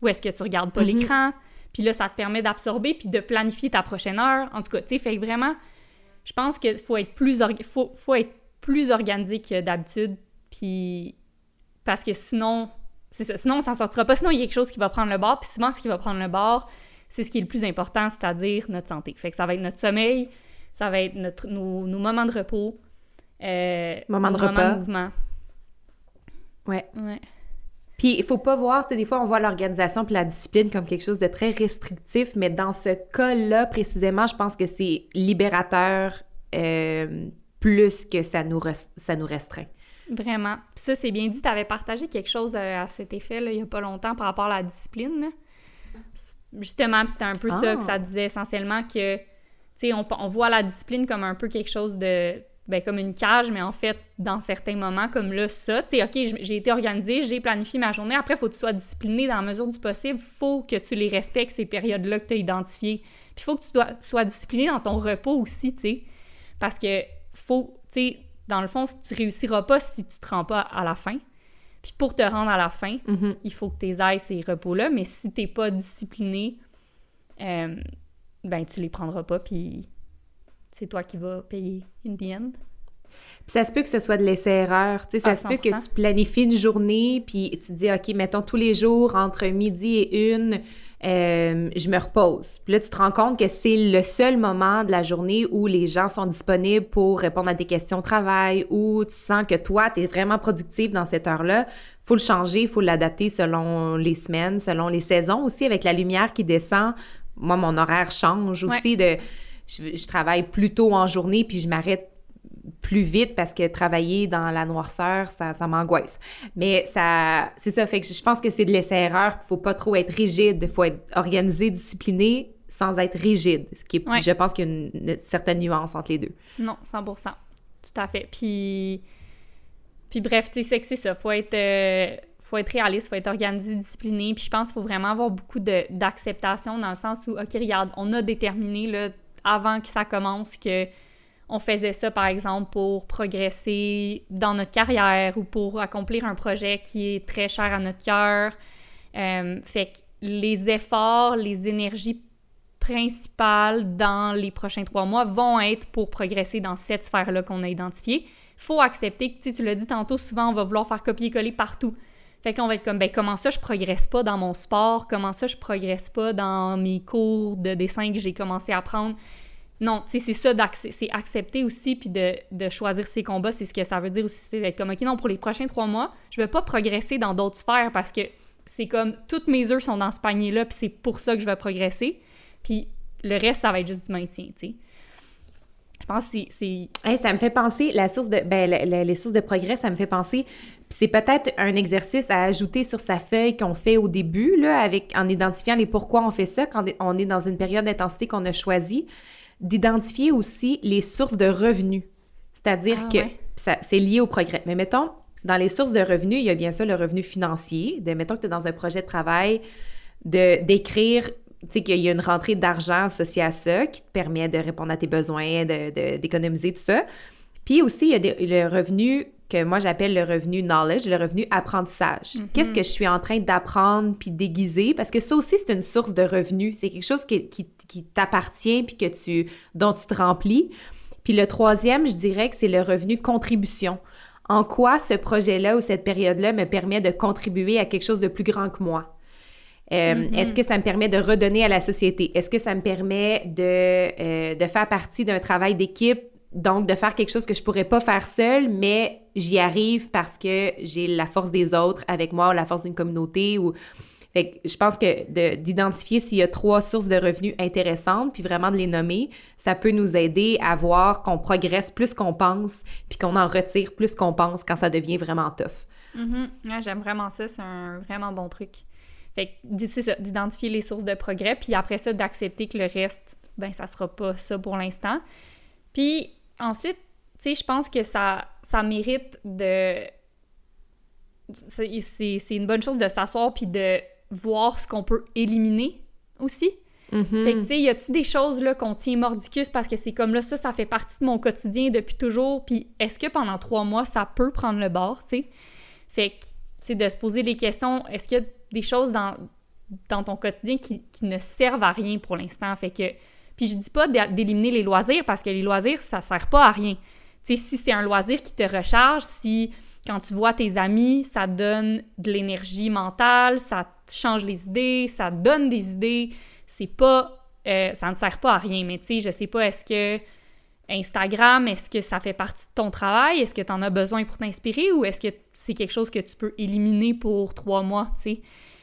ou est-ce que tu regardes pas l'écran? Puis là, ça te permet d'absorber puis de planifier ta prochaine heure. En tout cas, tu sais, fait que vraiment, je pense qu'il faut être faut être plus organisé que d'habitude, puis parce que sinon, c'est ça, sinon on s'en sortira pas. Sinon, il y a quelque chose qui va prendre le bord, puis souvent, ce qui va prendre le bord, c'est ce qui est le plus important, c'est-à-dire notre santé. Fait que ça va être notre sommeil, ça va être nos moments de repos, moments de mouvement. Ouais. Puis, il faut pas voir, tu sais, des fois, on voit l'organisation puis la discipline comme quelque chose de très restrictif, mais dans ce cas-là, précisément, je pense que c'est libérateur plus que ça nous restreint. Vraiment. Puis ça, c'est bien dit. Tu avais partagé quelque chose à cet effet, là, il y a pas longtemps, par rapport à la discipline, là. Justement, puis c'était un peu ça que ça disait essentiellement que, tu sais, on voit la discipline comme un peu quelque chose de... ben comme une cage, mais en fait, dans certains moments, comme là, ça, tu sais, OK, j'ai été organisée, j'ai planifié ma journée, après, il faut que tu sois discipliné dans la mesure du possible, il faut que tu les respectes, ces périodes-là que tu as identifiées. Puis il faut que tu sois discipliné dans ton repos aussi, tu sais, parce que faut, tu sais, dans le fond, tu réussiras pas si tu te rends pas à la fin. Puis pour te rendre à la fin, il faut que tu ailles ces repos-là, mais si t'es pas discipliné, ben tu les prendras pas, puis c'est toi qui vas payer in the end. Puis ça se peut que ce soit de l'essai-erreur. Tu sais, ça se peut que tu planifies une journée, puis tu te dis, OK, mettons tous les jours, entre midi et 1, je me repose. Puis là, tu te rends compte que c'est le seul moment de la journée où les gens sont disponibles pour répondre à tes questions au travail, où tu sens que toi, tu es vraiment productive dans cette heure-là. Il faut le changer, il faut l'adapter selon les semaines, selon les saisons aussi, avec la lumière qui descend. Moi, mon horaire change aussi de... Je travaille plus tôt en journée, puis je m'arrête plus vite parce que travailler dans la noirceur, ça m'angoisse. Mais c'est ça, fait que je pense que c'est de l'essai-erreur, il faut pas trop être rigide, il faut être organisé, discipliné, sans être rigide, ce qui est, je pense qu'il y a une certaine nuance entre les deux. Non, 100%. Tout à fait. Puis bref, tu sais, c'est ça, faut être réaliste, faut être organisé, discipliné, puis je pense qu'il faut vraiment avoir beaucoup d'acceptation dans le sens où, OK, regarde, on a déterminé, là, avant que ça commence, que on faisait ça, par exemple, pour progresser dans notre carrière ou pour accomplir un projet qui est très cher à notre cœur. Fait que les efforts, les énergies principales dans les prochains 3 mois vont être pour progresser dans cette sphère-là qu'on a identifiée. Il faut accepter que, tu l'as dit tantôt, souvent, on va vouloir faire copier-coller partout. Fait qu'on va être comme, ben comment ça je progresse pas dans mon sport? Comment ça je progresse pas dans mes cours de dessin que j'ai commencé à prendre? Non, tu sais, c'est ça, c'est accepter aussi, puis de choisir ses combats, c'est ce que ça veut dire aussi, c'est d'être comme, OK, non, pour les prochains 3 mois, je vais pas progresser dans d'autres sphères parce que c'est comme, toutes mes œufs sont dans ce panier-là, puis c'est pour ça que je vais progresser, puis le reste, ça va être juste du maintien, tu sais. Je pense que c'est... Hey, ça me fait penser, les sources de progrès, ça me fait penser, c'est peut-être un exercice à ajouter sur sa feuille qu'on fait au début, là, en identifiant les pourquoi on fait ça, quand on est dans une période d'intensité qu'on a choisie, d'identifier aussi les sources de revenus. C'est-à-dire que c'est lié au progrès. Mais mettons, dans les sources de revenus, il y a bien sûr le revenu financier, mettons que tu es dans un projet de travail, d'écrire... Tu sais qu'il y a une rentrée d'argent associée à ça qui te permet de répondre à tes besoins, d'économiser, tout ça. Puis aussi, il y a le revenu que moi, j'appelle le revenu knowledge, le revenu apprentissage. Mm-hmm. Qu'est-ce que je suis en train d'apprendre puis d'aiguiser? Parce que ça aussi, c'est une source de revenus. C'est quelque chose qui t'appartient puis dont tu te remplis. Puis le troisième, je dirais que c'est le revenu contribution. En quoi ce projet-là ou cette période-là me permet de contribuer à quelque chose de plus grand que moi? Est-ce que ça me permet de redonner à la société? Est-ce que ça me permet de faire partie d'un travail d'équipe, donc de faire quelque chose que je pourrais pas faire seule, mais j'y arrive parce que j'ai la force des autres avec moi ou la force d'une communauté? Fait que je pense que d'identifier s'il y a 3 sources de revenus intéressantes, puis vraiment de les nommer, ça peut nous aider à voir qu'on progresse plus qu'on pense, puis qu'on en retire plus qu'on pense quand ça devient vraiment tough. Ouais, j'aime vraiment ça, c'est un vraiment bon truc. Fait que, c'est ça, d'identifier les sources de progrès, puis après ça, d'accepter que le reste, ben ça sera pas ça pour l'instant. Puis ensuite, tu sais, je pense que ça mérite de... C'est une bonne chose de s'asseoir puis de voir ce qu'on peut éliminer aussi. Mm-hmm. Fait que, tu sais, y a-tu des choses, là, qu'on tient mordicus parce que c'est comme là, ça fait partie de mon quotidien depuis toujours, puis est-ce que pendant 3 mois, ça peut prendre le bord, tu sais? Fait que c'est de se poser des questions, est-ce qu'il y a des choses dans ton quotidien qui ne servent à rien pour l'instant. Fait que... Puis je dis pas d'éliminer les loisirs, parce que les loisirs, ça sert pas à rien. Tu sais, si c'est un loisir qui te recharge, si quand tu vois tes amis, ça te donne de l'énergie mentale, ça te change les idées, ça te donne des idées, c'est pas... ça ne sert pas à rien. Mais tu sais, je sais pas, est-ce que Instagram, est-ce que ça fait partie de ton travail? Est-ce que tu en as besoin pour t'inspirer ou est-ce que c'est quelque chose que tu peux éliminer pour 3 mois, tu sais?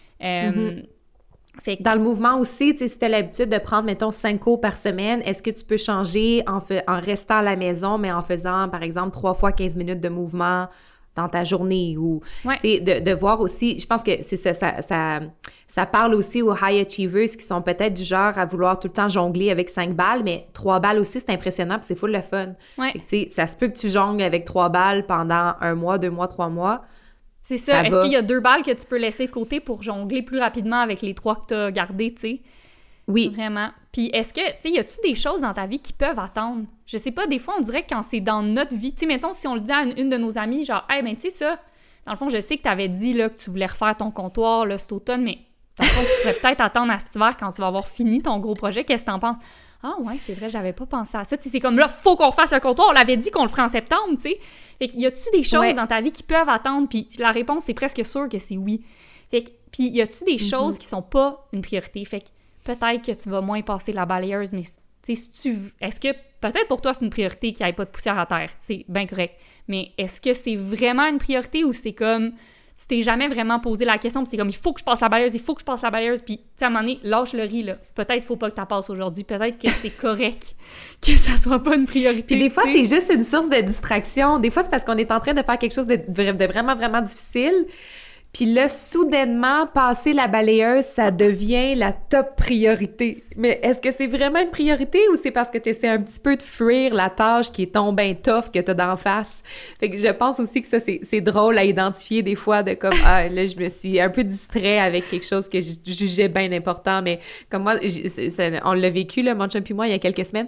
Fait que dans le mouvement aussi, tu sais, si tu as l'habitude de prendre, mettons, 5 cours par semaine, est-ce que tu peux changer en restant à la maison, mais en faisant, par exemple, 3 fois 15 minutes de mouvement dans ta journée? Ou, tu sais, de voir aussi, je pense que c'est ça parle aussi aux high achievers qui sont peut-être du genre à vouloir tout le temps jongler avec 5 balles, mais 3 balles aussi, c'est impressionnant puis c'est full le fun. Ouais. Fait que, tu sais, ça se peut que tu jongles avec 3 balles pendant 1 mois, 2 mois, 3 mois. C'est ça. Est-ce qu'il y a 2 balles que tu peux laisser de côté pour jongler plus rapidement avec les 3 que tu as gardées, tu sais? Oui. Vraiment. Puis est-ce que, tu sais, y a-tu des choses dans ta vie qui peuvent attendre? Je sais pas, des fois, on dirait que quand c'est dans notre vie, tu sais, mettons, si on le dit à une de nos amies, genre, « Hey, ben tu sais ça, dans le fond, je sais que tu avais dit là, que tu voulais refaire ton comptoir là, cet automne, mais dans le fond, tu pourrais peut-être attendre à cet hiver quand tu vas avoir fini ton gros projet. Qu'est-ce que t'en penses? » Ah ouais, c'est vrai, j'avais pas pensé à ça. Tu sais, c'est comme là, faut qu'on fasse un comptoir. On l'avait dit qu'on le ferait en septembre, tu sais. Fait que y a-tu des choses dans ta vie qui peuvent attendre? Puis la réponse, c'est presque sûr que c'est oui. Fait que, puis y a-tu des choses qui sont pas une priorité? Fait que peut-être que tu vas moins passer la balayeuse, mais tu sais, est-ce que peut-être pour toi c'est une priorité qu'il n'y ait pas de poussière à terre? C'est bien correct. Mais est-ce que c'est vraiment une priorité ou c'est comme tu t'es jamais vraiment posé la question, puis c'est comme, il faut que je passe la balayeuse, puis, tu sais, à un moment donné, lâche le riz, là. Peut-être faut pas que tu la passes aujourd'hui, peut-être que c'est correct que ça soit pas une priorité. Puis des fois, c'est juste une source de distraction. Des fois, c'est parce qu'on est en train de faire quelque chose de vraiment, vraiment difficile. Puis là, soudainement, passer la balayeuse, ça devient la top priorité. Mais est-ce que c'est vraiment une priorité ou c'est parce que tu essaies un petit peu de fuir la tâche qui est ton ben tough que t'as d'en face? Fait que je pense aussi que ça, c'est drôle à identifier des fois de comme, ah, là, je me suis un peu distrait avec quelque chose que je jugeais bien important. Mais comme moi, on l'a vécu, là, mon chum puis moi, il y a quelques semaines.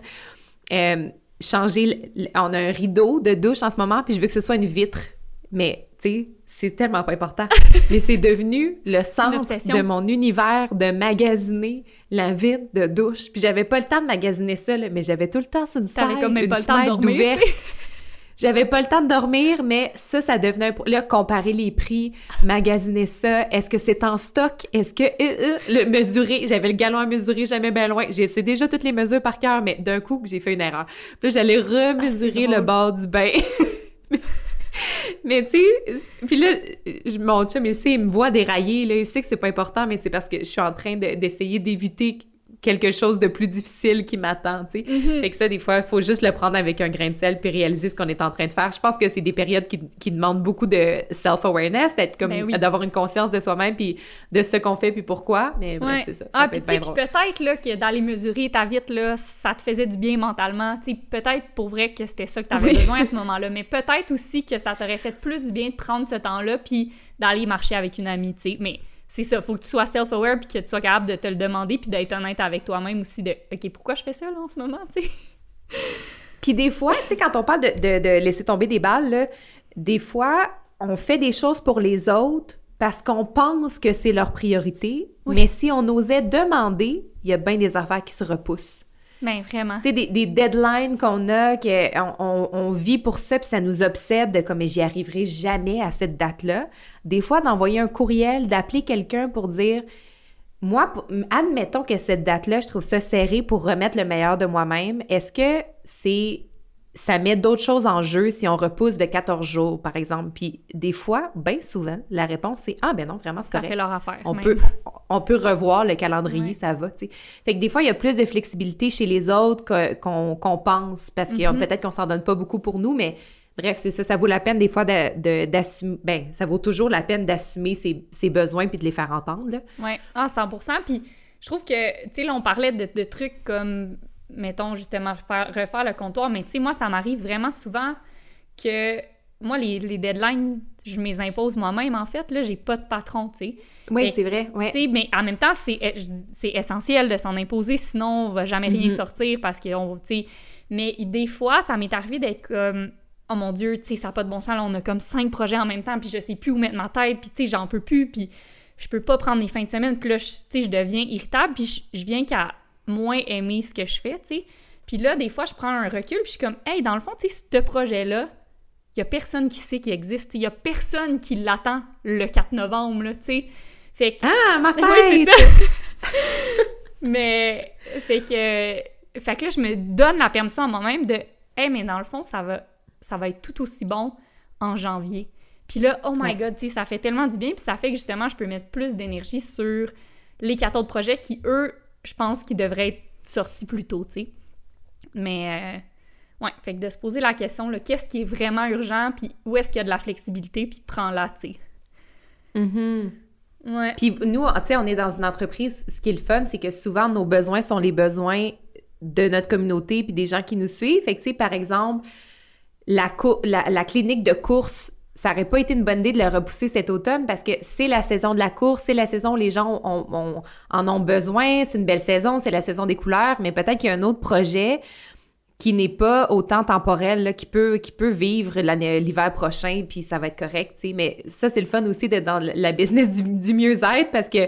On a un rideau de douche en ce moment, puis je veux que ce soit une vitre. Mais, tu sais, c'est tellement pas important. Mais c'est devenu le centre de mon univers de magasiner la vitre de douche. Puis j'avais pas le temps de magasiner ça, là, mais j'avais tout le temps sur une salle, comme même une pas le temps de dormir. Ouverte. J'avais pas le temps de dormir, mais ça devenait là, comparer les prix, magasiner ça. Est-ce que c'est en stock? Est-ce que... le mesurer, j'avais le galon à mesurer jamais bien loin. J'ai essayé déjà toutes les mesures par cœur, mais d'un coup, j'ai fait une erreur. Puis là, j'allais remesurer le bord du bain. Mais tu sais, puis là, mon chum, il me voit dérailler, là, il sait que c'est pas important, mais c'est parce que je suis en train d'essayer d'éviter quelque chose de plus difficile qui m'attend, tu sais. Mm-hmm. Fait que ça, des fois, il faut juste le prendre avec un grain de sel puis réaliser ce qu'on est en train de faire. Je pense que c'est des périodes qui demandent beaucoup de self-awareness, d'être comme, d'avoir une conscience de soi-même puis de ce qu'on fait puis pourquoi, mais bref, c'est ça. Ça peut être bien drôle. Peut-être, là, que d'aller mesurer ta vitre, là, ça te faisait du bien mentalement, tu sais, peut-être pour vrai que c'était ça que t'avais besoin à ce moment-là, mais peut-être aussi que ça t'aurait fait plus du bien de prendre ce temps-là puis d'aller marcher avec une amie, tu sais, mais... C'est ça, faut que tu sois self-aware puis que tu sois capable de te le demander puis d'être honnête avec toi-même aussi de « OK, pourquoi je fais ça, là, en ce moment, tu sais? » Puis des fois, tu sais, quand on parle de laisser tomber des balles, là, des fois, on fait des choses pour les autres parce qu'on pense que c'est leur priorité, mais si on osait demander, il y a bien des affaires qui se repoussent. Ben vraiment. Tu sais, des deadlines qu'on a, on vit pour ça, puis ça nous obsède de comme « j'y arriverai jamais à cette date-là ». Des fois, d'envoyer un courriel, d'appeler quelqu'un pour dire « moi, admettons que cette date-là, je trouve ça serré pour remettre le meilleur de moi-même. Est-ce que ça met d'autres choses en jeu si on repousse de 14 jours, par exemple? » Puis des fois, bien souvent, la réponse, c'est « ah, ben non, vraiment, c'est correct. » Ça fait leur affaire. On peut revoir le calendrier, ça va, tu sais. Fait que des fois, il y a plus de flexibilité chez les autres qu'on pense, parce que peut-être qu'on s'en donne pas beaucoup pour nous, mais bref, c'est ça, ça vaut la peine des fois d'assumer, ben, ça vaut toujours la peine d'assumer ses besoins puis de les faire entendre, là. Oui, 100%. Puis je trouve que, tu sais, là, on parlait de trucs comme... mettons, justement, refaire le comptoir. Mais tu sais, moi, ça m'arrive vraiment souvent que... Moi, les deadlines, je me les impose moi-même, en fait. Là, j'ai pas de patron, tu sais. Oui, c'est vrai, oui. Tu sais, mais en même temps, c'est essentiel de s'en imposer, sinon, on va jamais rien sortir parce que, tu sais... Mais des fois, ça m'est arrivé d'être comme... Oh mon Dieu, tu sais, ça n'a pas de bon sens, là, on a comme 5 projets en même temps, puis je sais plus où mettre ma tête, puis tu sais, j'en peux plus, puis... je peux pas prendre mes fins de semaine. Puis là, tu sais, je deviens irritable, puis je viens qu'à moins aimer ce que je fais, tu sais. Puis là, des fois, je prends un recul, puis je suis comme, hey, dans le fond, tu sais, ce projet-là, il y a personne qui sait qu'il existe. Il y a personne qui l'attend le 4 novembre, là, tu sais. Fait que... Ah, ma fête! Oui, c'est ça! Mais, fait que là, je me donne la permission à moi-même de, hey, mais dans le fond, ça va être tout aussi bon en janvier. Puis là, oh my God, tu sais, ça fait tellement du bien, puis ça fait que justement, je peux mettre plus d'énergie sur les 4 autres projets qui, eux, je pense qu'ils devraient être sortis plus tôt, tu sais. Mais, ouais, fait que de se poser la question, là, qu'est-ce qui est vraiment urgent, puis où est-ce qu'il y a de la flexibilité, puis prends-la, tu sais. Mm-hmm. Ouais. Puis nous, tu sais, on est dans une entreprise, ce qui est le fun, c'est que souvent, nos besoins sont les besoins de notre communauté puis des gens qui nous suivent. Fait que, tu sais, par exemple, la clinique de course, ça n'aurait pas été une bonne idée de le repousser cet automne parce que c'est la saison de la course, c'est la saison où les gens en ont besoin, c'est une belle saison, c'est la saison des couleurs, mais peut-être qu'il y a un autre projet qui n'est pas autant temporel, là, qui peut vivre l'hiver prochain, puis ça va être correct, tu sais. Mais ça, c'est le fun aussi d'être dans la business du mieux-être parce que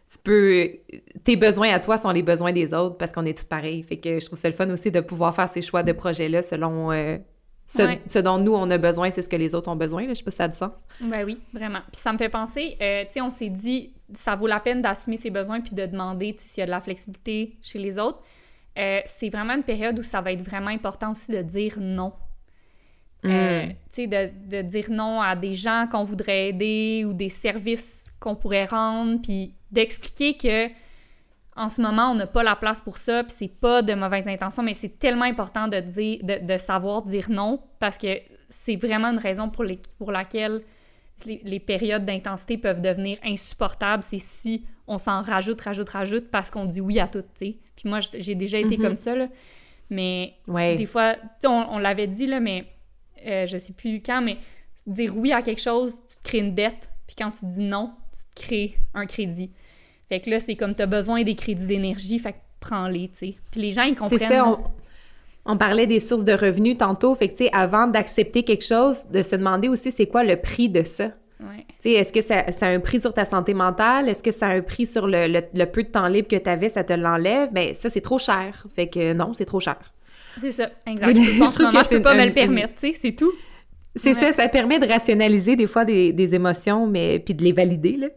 tes besoins à toi sont les besoins des autres parce qu'on est tous pareils. Fait que je trouve ça le fun aussi de pouvoir faire ces choix de projets-là selon ce dont nous, on a besoin, c'est ce que les autres ont besoin, là. Je sais pas si ça a du sens. Ben oui, vraiment. Puis ça me fait penser, tu sais, on s'est dit, ça vaut la peine d'assumer ses besoins puis de demander, tu sais, s'il y a de la flexibilité chez les autres. C'est vraiment une période où ça va être vraiment important aussi de dire non. Tu sais, de dire non à des gens qu'on voudrait aider ou des services qu'on pourrait rendre, puis d'expliquer que en ce moment, on n'a pas la place pour ça, puis c'est pas de mauvaises intentions, mais c'est tellement important de savoir dire non, parce que c'est vraiment une raison pour laquelle les périodes d'intensité peuvent devenir insupportables, c'est si on s'en rajoute parce qu'on dit oui à tout, tu sais. Puis moi, j'ai déjà été comme ça, là. Mais des fois, on l'avait dit, là, mais je sais plus quand, mais dire oui à quelque chose, tu te crées une dette, puis quand tu dis non, tu te crées un crédit. Fait que là, c'est comme t'as besoin des crédits d'énergie, fait que prends-les, tu sais. Puis les gens, ils comprennent. C'est ça, on parlait des sources de revenus tantôt, fait que, tu sais, avant d'accepter quelque chose, de se demander aussi c'est quoi le prix de ça. Ouais. Tu sais, est-ce que ça a un prix sur ta santé mentale? Est-ce que ça a un prix sur le peu de temps libre que tu avais, ça te l'enlève? Bien, ça, c'est trop cher. Fait que non, c'est trop cher. C'est ça, exact. Je peux pas me le permettre, tu sais, c'est tout. C'est ça permet de rationaliser des fois des émotions, mais puis de les valider, là.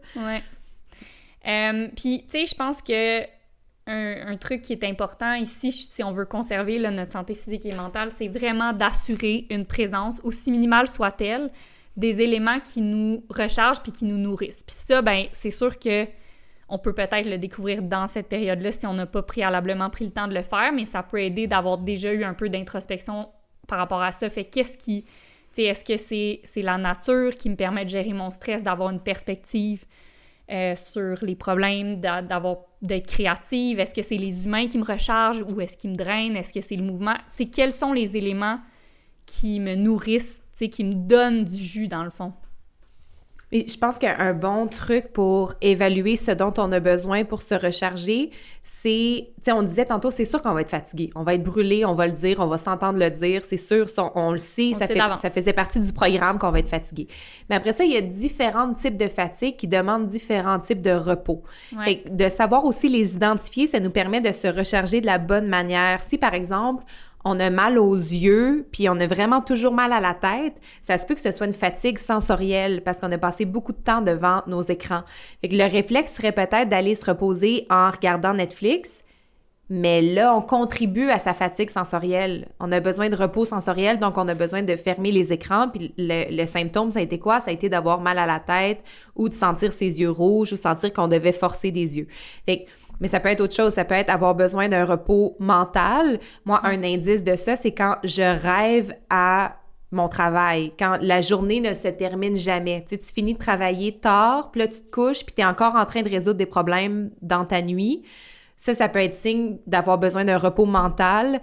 Ouais. Puis, tu sais, je pense que un truc qui est important ici, si on veut conserver là, notre santé physique et mentale, c'est vraiment d'assurer une présence, aussi minimale soit-elle, des éléments qui nous rechargent puis qui nous nourrissent. Puis ça, ben c'est sûr que on peut peut-être le découvrir dans cette période-là si on n'a pas préalablement pris le temps de le faire, mais ça peut aider d'avoir déjà eu un peu d'introspection par rapport à ça. Fait qu'est-ce qui... Tu sais, est-ce que c'est la nature qui me permet de gérer mon stress, d'avoir une perspective sur les problèmes, d'être créative? Est-ce que c'est les humains qui me rechargent ou est-ce qu'ils me drainent? Est-ce que c'est le mouvement? Tu sais, quels sont les éléments qui me nourrissent, tu sais, qui me donnent du jus, dans le fond? Et je pense qu'un bon truc pour évaluer ce dont on a besoin pour se recharger, c'est, tu sais, on disait tantôt, c'est sûr qu'on va être fatigué, on va être brûlé, on va le dire, on va s'entendre le dire, c'est sûr, on le sait, ça faisait partie du programme qu'on va être fatigué. Mais après ça, il y a différents types de fatigue qui demandent différents types de repos. Ouais. Fait que de savoir aussi les identifier, ça nous permet de se recharger de la bonne manière. Si, par exemple, on a mal aux yeux, puis on a vraiment toujours mal à la tête, ça se peut que ce soit une fatigue sensorielle parce qu'on a passé beaucoup de temps devant nos écrans. Fait que le réflexe serait peut-être d'aller se reposer en regardant Netflix, mais là, on contribue à sa fatigue sensorielle. On a besoin de repos sensoriel, donc on a besoin de fermer les écrans, puis le symptôme, ça a été quoi? Ça a été d'avoir mal à la tête ou de sentir ses yeux rouges ou sentir qu'on devait forcer des yeux. Fait que mais ça peut être autre chose, ça peut être avoir besoin d'un repos mental. Moi, un indice de ça, c'est quand je rêve à mon travail, quand la journée ne se termine jamais. Tu sais, tu finis de travailler tard, puis là, tu te couches, puis tu es encore en train de résoudre des problèmes dans ta nuit. Ça peut être signe d'avoir besoin d'un repos mental.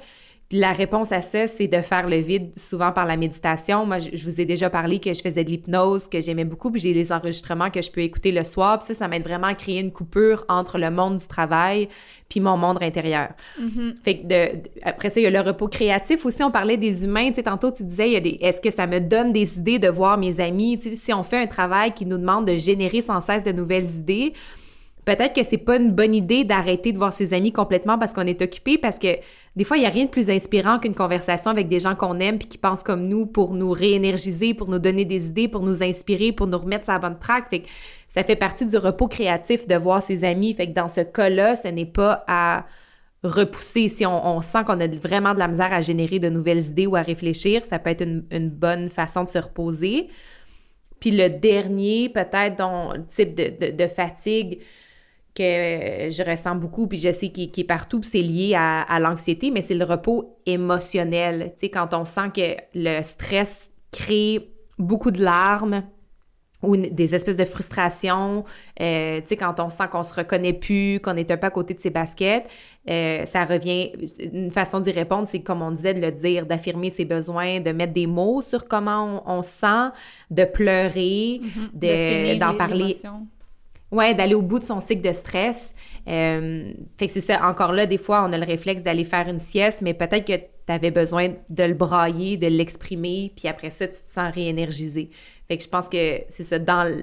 la réponse à ça, c'est de faire le vide, souvent par la méditation. Moi, je vous ai déjà parlé que je faisais de l'hypnose, que j'aimais beaucoup, puis j'ai les enregistrements que je peux écouter le soir, puis ça m'aide vraiment à créer une coupure entre le monde du travail puis mon monde intérieur. Fait que après ça, il y a le repos créatif aussi. On parlait des humains. Tu sais, tantôt, tu disais, est-ce que ça me donne des idées de voir mes amis? Tu sais, si on fait un travail qui nous demande de générer sans cesse de nouvelles idées, peut-être que c'est pas une bonne idée d'arrêter de voir ses amis complètement parce qu'on est occupé, parce que des fois, il n'y a rien de plus inspirant qu'une conversation avec des gens qu'on aime puis qui pensent comme nous pour nous réénergiser, pour nous donner des idées, pour nous inspirer, pour nous remettre sur la bonne track. Fait que ça fait partie du repos créatif de voir ses amis. Fait que dans ce cas-là, ce n'est pas à repousser. Si on sent qu'on a vraiment de la misère à générer de nouvelles idées ou à réfléchir, ça peut être une bonne façon de se reposer. Puis le dernier, peut-être, type de fatigue que je ressens beaucoup, puis je sais qu'il est partout, puis c'est lié à l'anxiété, mais c'est le repos émotionnel. Tu sais, quand on sent que le stress crée beaucoup de larmes ou des espèces de frustration, tu sais, quand on sent qu'on se reconnaît plus, qu'on est un peu à côté de ses baskets, ça revient... Une façon d'y répondre, c'est comme on disait, de le dire, d'affirmer ses besoins, de mettre des mots sur comment on sent, de pleurer, d'en parler... L'émotion. Ouais, d'aller au bout de son cycle de stress. Fait que c'est ça, encore là, des fois, on a le réflexe d'aller faire une sieste, mais peut-être que tu avais besoin de le brailler, de l'exprimer, puis après ça, tu te sens réénergisé. Fait que je pense que c'est ça, dans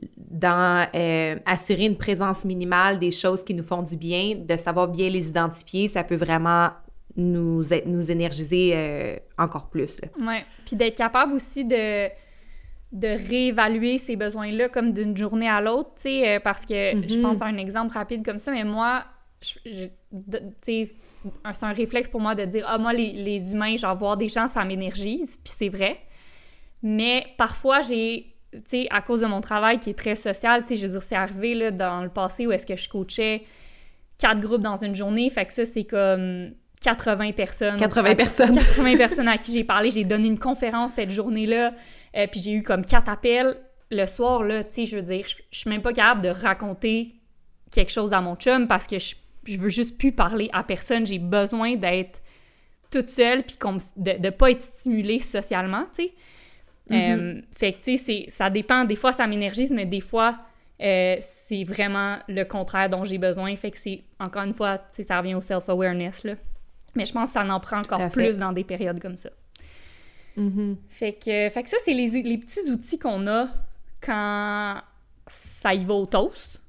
assurer une présence minimale des choses qui nous font du bien, de savoir bien les identifier, ça peut vraiment nous énergiser encore plus. Oui, puis d'être capable aussi de réévaluer ces besoins-là comme d'une journée à l'autre, tu sais, parce que je pense à un exemple rapide comme ça, mais moi, tu sais, c'est un réflexe pour moi de dire « Ah, moi, les humains, genre, voir des gens, ça m'énergise », puis c'est vrai. Mais parfois, tu sais, à cause de mon travail qui est très social, tu sais, je veux dire, c'est arrivé, là, dans le passé où est-ce que je coachais 4 groupes dans une journée, fait que ça, c'est comme 80 personnes. 80 personnes. 80 personnes à qui j'ai parlé. J'ai donné une conférence cette journée-là, puis j'ai eu comme 4 appels. Le soir, là, tu sais, je veux dire, je suis même pas capable de raconter quelque chose à mon chum parce que je veux juste plus parler à personne. J'ai besoin d'être toute seule puis de pas être stimulée socialement, tu sais. Fait que, tu sais, ça dépend. Des fois, ça m'énergise, mais des fois, c'est vraiment le contraire dont j'ai besoin. Fait que c'est, encore une fois, tu sais, ça revient au self-awareness, là. Mais je pense que ça en prend encore plus dans des périodes comme ça. Fait que ça, c'est les petits outils qu'on a quand ça y va au toast.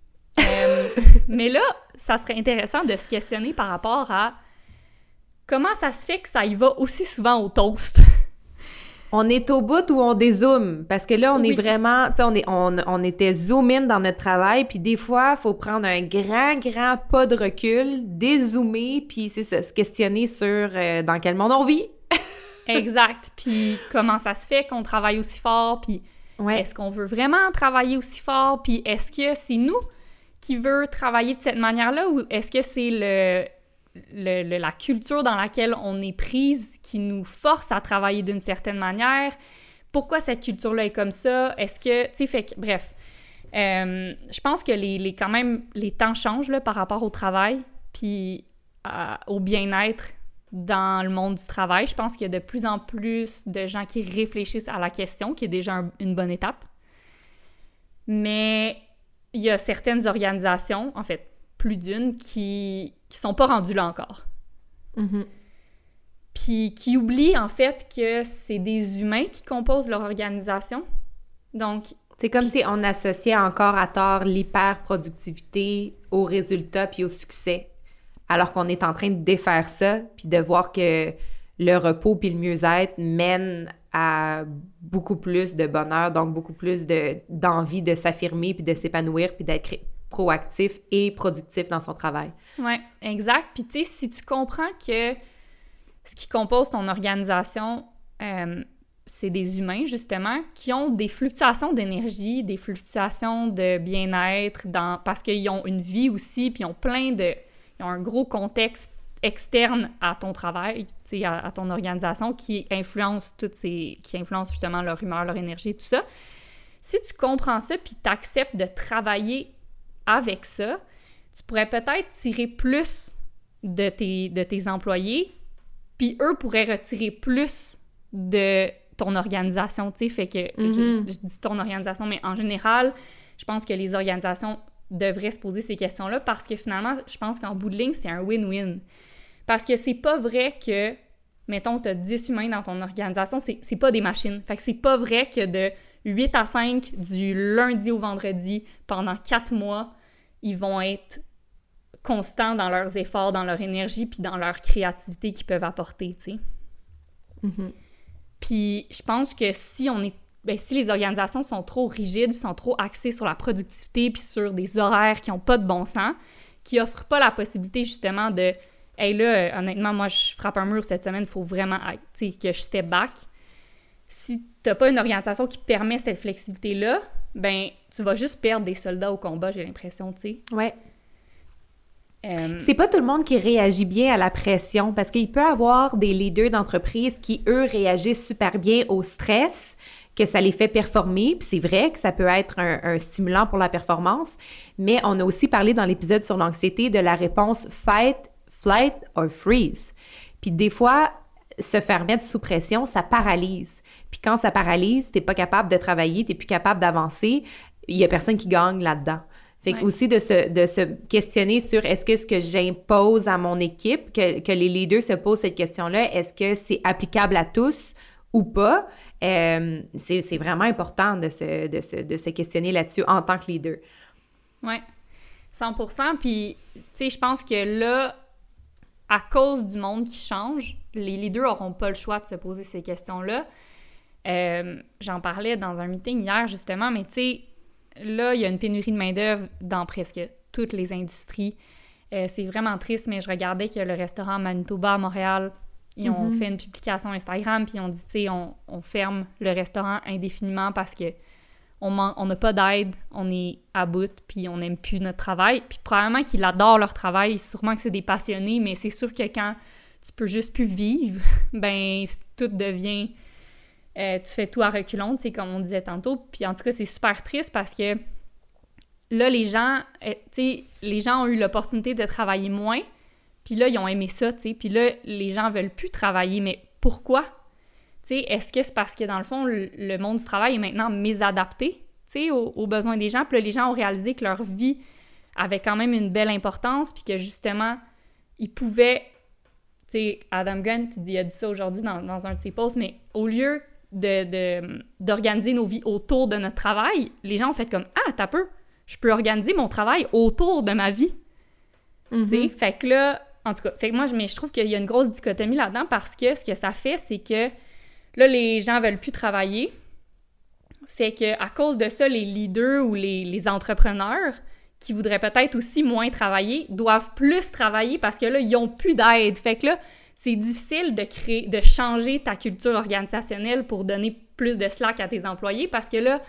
Mais là, ça serait intéressant de se questionner par rapport à comment ça se fait que ça y va aussi souvent au toast. On est au bout où on dézoome, parce que là, on est vraiment... Tu sais, on était zoom in dans notre travail, puis des fois, il faut prendre un grand pas de recul, dézoomer, puis c'est ça, se questionner sur dans quel monde on vit. Exact. Puis comment ça se fait qu'on travaille aussi fort, puis est-ce qu'on veut vraiment travailler aussi fort, puis est-ce que c'est nous qui veut travailler de cette manière-là, ou est-ce que c'est la culture dans laquelle on est prise qui nous force à travailler d'une certaine manière? Pourquoi cette culture-là est comme ça? Est-ce que... Tu sais, fait que... Bref. Je pense que quand même, les temps changent là, par rapport au travail puis au bien-être dans le monde du travail. Je pense qu'il y a de plus en plus de gens qui réfléchissent à la question, qui est déjà une bonne étape. Mais il y a certaines organisations, en fait, plus d'une, qui sont pas rendues là encore. Puis qui oublient, en fait, que c'est des humains qui composent leur organisation. Donc... C'est comme si on associait encore à tort l'hyper-productivité au résultat puis au succès, alors qu'on est en train de défaire ça puis de voir que le repos puis le mieux-être mènent à beaucoup plus de bonheur, donc beaucoup plus d'envie de s'affirmer puis de s'épanouir puis d'être proactif et productif dans son travail. Oui, exact. Puis tu sais, si tu comprends que ce qui compose ton organisation, c'est des humains, justement, qui ont des fluctuations d'énergie, des fluctuations de bien-être, parce qu'ils ont une vie aussi, puis ils ont un gros contexte externe à ton travail, tu sais, à ton organisation, qui influence justement leur humeur, leur énergie, tout ça. Si tu comprends ça, puis tu acceptes de travailler avec ça, tu pourrais peut-être tirer plus de tes employés puis eux pourraient retirer plus de ton organisation, tu sais, fait que je dis ton organisation, mais en général, je pense que les organisations devraient se poser ces questions-là parce que finalement, je pense qu'en bout de ligne, c'est un win-win. Parce que c'est pas vrai que, mettons, t'as 10 humains dans ton organisation, c'est pas des machines. Fait que c'est pas vrai que de 8 à 5, du lundi au vendredi, pendant 4 mois, ils vont être constants dans leurs efforts, dans leur énergie, puis dans leur créativité qu'ils peuvent apporter, tu sais. Puis je pense que si les organisations sont trop rigides, sont trop axées sur la productivité puis sur des horaires qui n'ont pas de bon sens, qui offrent pas la possibilité justement de « Hey là, honnêtement, moi je frappe un mur cette semaine, il faut vraiment que je step back ». Si t'as pas une organisation qui permet cette flexibilité-là, ben tu vas juste perdre des soldats au combat, j'ai l'impression, tu sais. Ouais. C'est pas tout le monde qui réagit bien à la pression parce qu'il peut y avoir des leaders d'entreprise qui, eux, réagissent super bien au stress, que ça les fait performer, puis c'est vrai que ça peut être un stimulant pour la performance, mais on a aussi parlé dans l'épisode sur l'anxiété de la réponse « fight, flight or freeze ». Puis des fois, se faire mettre sous pression, ça paralyse. Puis quand ça paralyse, t'es pas capable de travailler, t'es plus capable d'avancer, il y a personne qui gagne là-dedans. Fait que aussi de se questionner sur est-ce que ce que j'impose à mon équipe, que les leaders se posent cette question-là, est-ce que c'est applicable à tous ou pas? C'est vraiment important de se questionner là-dessus en tant que leader. Oui, 100%. Puis, tu sais, je pense que là, à cause du monde qui change, les leaders n'auront pas le choix de se poser ces questions-là. J'en parlais dans un meeting hier, justement, mais tu sais, là, il y a une pénurie de main-d'œuvre dans presque toutes les industries. C'est vraiment triste, mais je regardais que le restaurant Manitoba à Montréal, ils ont fait une publication Instagram, puis ils ont dit, tu sais, on ferme le restaurant indéfiniment parce que on n'a pas d'aide, on est à bout, puis on n'aime plus notre travail. Puis probablement qu'ils adorent leur travail, sûrement que c'est des passionnés, mais c'est sûr que quand tu peux juste plus vivre, ben tout devient... tu fais tout à reculons, tu sais, comme on disait tantôt. Puis en tout cas, c'est super triste parce que là, les gens ont eu l'opportunité de travailler moins, puis là, ils ont aimé ça, tu sais. Puis là, les gens veulent plus travailler, mais pourquoi? Tu sais, est-ce que c'est parce que, dans le fond, le monde du travail est maintenant mésadapté, tu sais, aux besoins des gens? Puis là, les gens ont réalisé que leur vie avait quand même une belle importance, puis que, justement, ils pouvaient... Tu sais, Adam Grant, il a dit ça aujourd'hui dans un de ses posts, mais au lieu d'organiser nos vies autour de notre travail, les gens ont fait comme « Ah, t'as peu, je peux organiser mon travail autour de ma vie. » Tu sais, fait que là, en tout cas, fait que moi, je trouve qu'il y a une grosse dichotomie là-dedans parce que ce que ça fait, c'est que là, les gens veulent plus travailler. Fait que à cause de ça, les leaders ou les entrepreneurs qui voudraient peut-être aussi moins travailler doivent plus travailler parce que là, ils ont plus d'aide. Fait que là, c'est difficile de changer ta culture organisationnelle pour donner plus de slack à tes employés parce que là,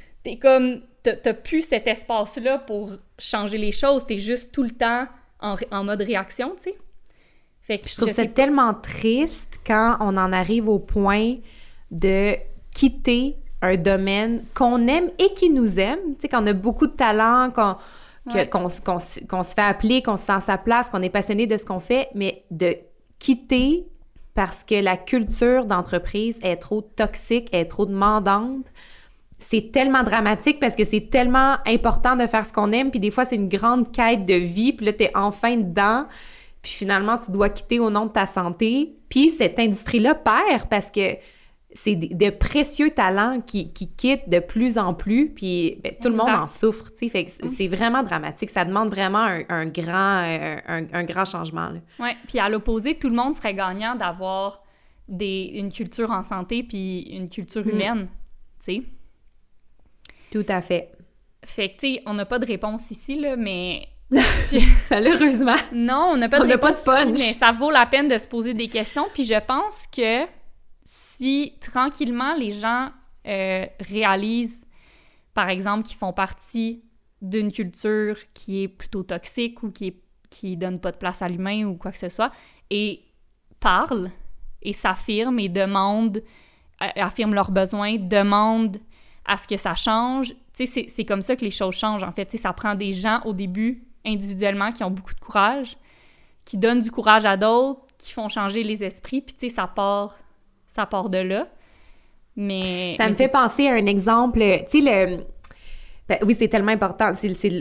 t'as plus cet espace-là pour changer les choses, t'es juste tout le temps en mode réaction, tu sais. Fait que je trouve ça tellement triste quand on en arrive au point de quitter un domaine qu'on aime et qui nous aime, tu sais, qu'on a beaucoup de talent, qu'on se fait appeler, qu'on se sent à sa place, qu'on est passionné de ce qu'on fait, mais de quitter parce que la culture d'entreprise est trop toxique, est trop demandante. C'est tellement dramatique parce que c'est tellement important de faire ce qu'on aime, puis des fois, c'est une grande quête de vie, puis là, t'es enfin dedans, puis finalement, tu dois quitter au nom de ta santé. Puis cette industrie-là perd parce que c'est de précieux talents qui quittent de plus en plus, puis ben, tout le monde en souffre, tu sais, fait que c'est vraiment dramatique. Ça demande vraiment un grand changement, là. Oui, puis à l'opposé, tout le monde serait gagnant d'avoir une culture en santé puis une culture humaine, tu sais. Tout à fait. Fait que, tu sais, on n'a pas de réponse ici, là, mais... Malheureusement. Non, on n'a pas de réponse pas de punch. Ici, mais ça vaut la peine de se poser des questions, puis je pense que si, tranquillement, les gens réalisent, par exemple, qu'ils font partie d'une culture qui est plutôt toxique ou qui donne pas de place à l'humain ou quoi que ce soit, et parlent et s'affirment et affirment leurs besoins, demandent à ce que ça change. Tu sais, c'est comme ça que les choses changent, en fait. Tu sais, ça prend des gens, au début, individuellement, qui ont beaucoup de courage, qui donnent du courage à d'autres, qui font changer les esprits, puis tu sais, ça part de là. Mais... Ça me fait penser à un exemple, tu sais, oui, c'est tellement important,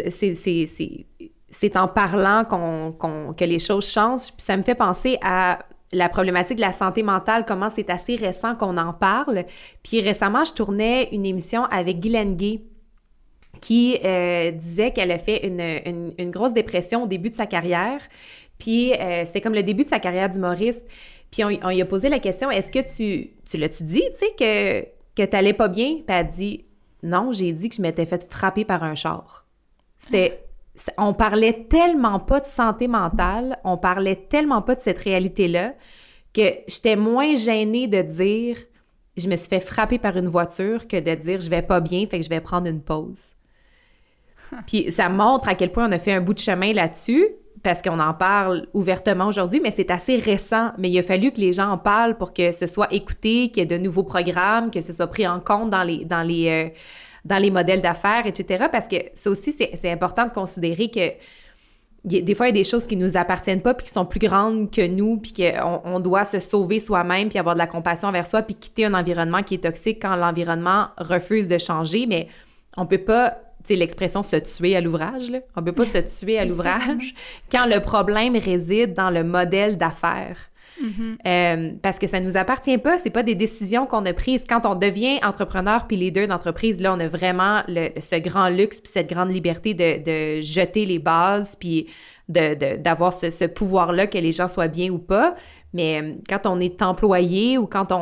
c'est en parlant que les choses changent, puis ça me fait penser à la problématique de la santé mentale, comment c'est assez récent qu'on en parle. Puis récemment, je tournais une émission avec Guylaine Gay, qui disait qu'elle a fait une grosse dépression au début de sa carrière. Puis c'était comme le début de sa carrière d'humoriste. Puis on lui a posé la question, est-ce que tu l'as-tu dit, tu sais, que t'allais pas bien? Puis elle a dit, non, j'ai dit que je m'étais fait frapper par un char. On parlait tellement pas de santé mentale, on parlait tellement pas de cette réalité-là, que j'étais moins gênée de dire je me suis fait frapper par une voiture que de dire je vais pas bien, fait que je vais prendre une pause. Puis ça montre à quel point on a fait un bout de chemin là-dessus, parce qu'on en parle ouvertement aujourd'hui, mais c'est assez récent. Mais il a fallu que les gens en parlent pour que ce soit écouté, qu'il y ait de nouveaux programmes, que ce soit pris en compte dans les modèles d'affaires, etc. Parce que ça aussi, c'est important de considérer que des fois, il y a des choses qui nous appartiennent pas puis qui sont plus grandes que nous, puis qu'on doit se sauver soi-même puis avoir de la compassion envers soi puis quitter un environnement qui est toxique quand l'environnement refuse de changer. Mais on peut pas, tu sais, l'expression « se tuer à l'ouvrage », là. On peut pas se tuer à l'ouvrage quand le problème réside dans le modèle d'affaires. Parce que ça nous appartient pas, c'est pas des décisions qu'on a prises. Quand on devient entrepreneur puis leader d'entreprise, là, on a vraiment ce grand luxe puis cette grande liberté de jeter les bases puis d'avoir ce pouvoir-là que les gens soient bien ou pas. Mais quand on est employé ou quand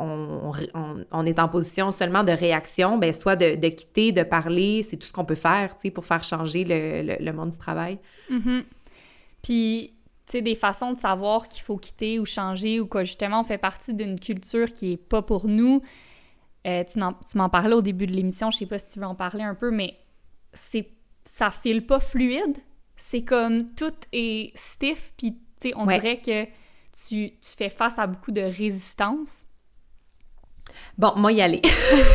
on est en position seulement de réaction, ben soit de quitter, de parler, c'est tout ce qu'on peut faire, tu sais, pour faire changer le monde du travail. Puis... tu sais, des façons de savoir qu'il faut quitter ou changer ou que justement on fait partie d'une culture qui est pas pour nous. Tu m'en parlais au début de l'émission, je sais pas si tu veux en parler un peu, mais ça file pas fluide. C'est comme tout est stiff, puis tu sais, on dirait que tu fais face à beaucoup de résistance. Bon, moi y aller.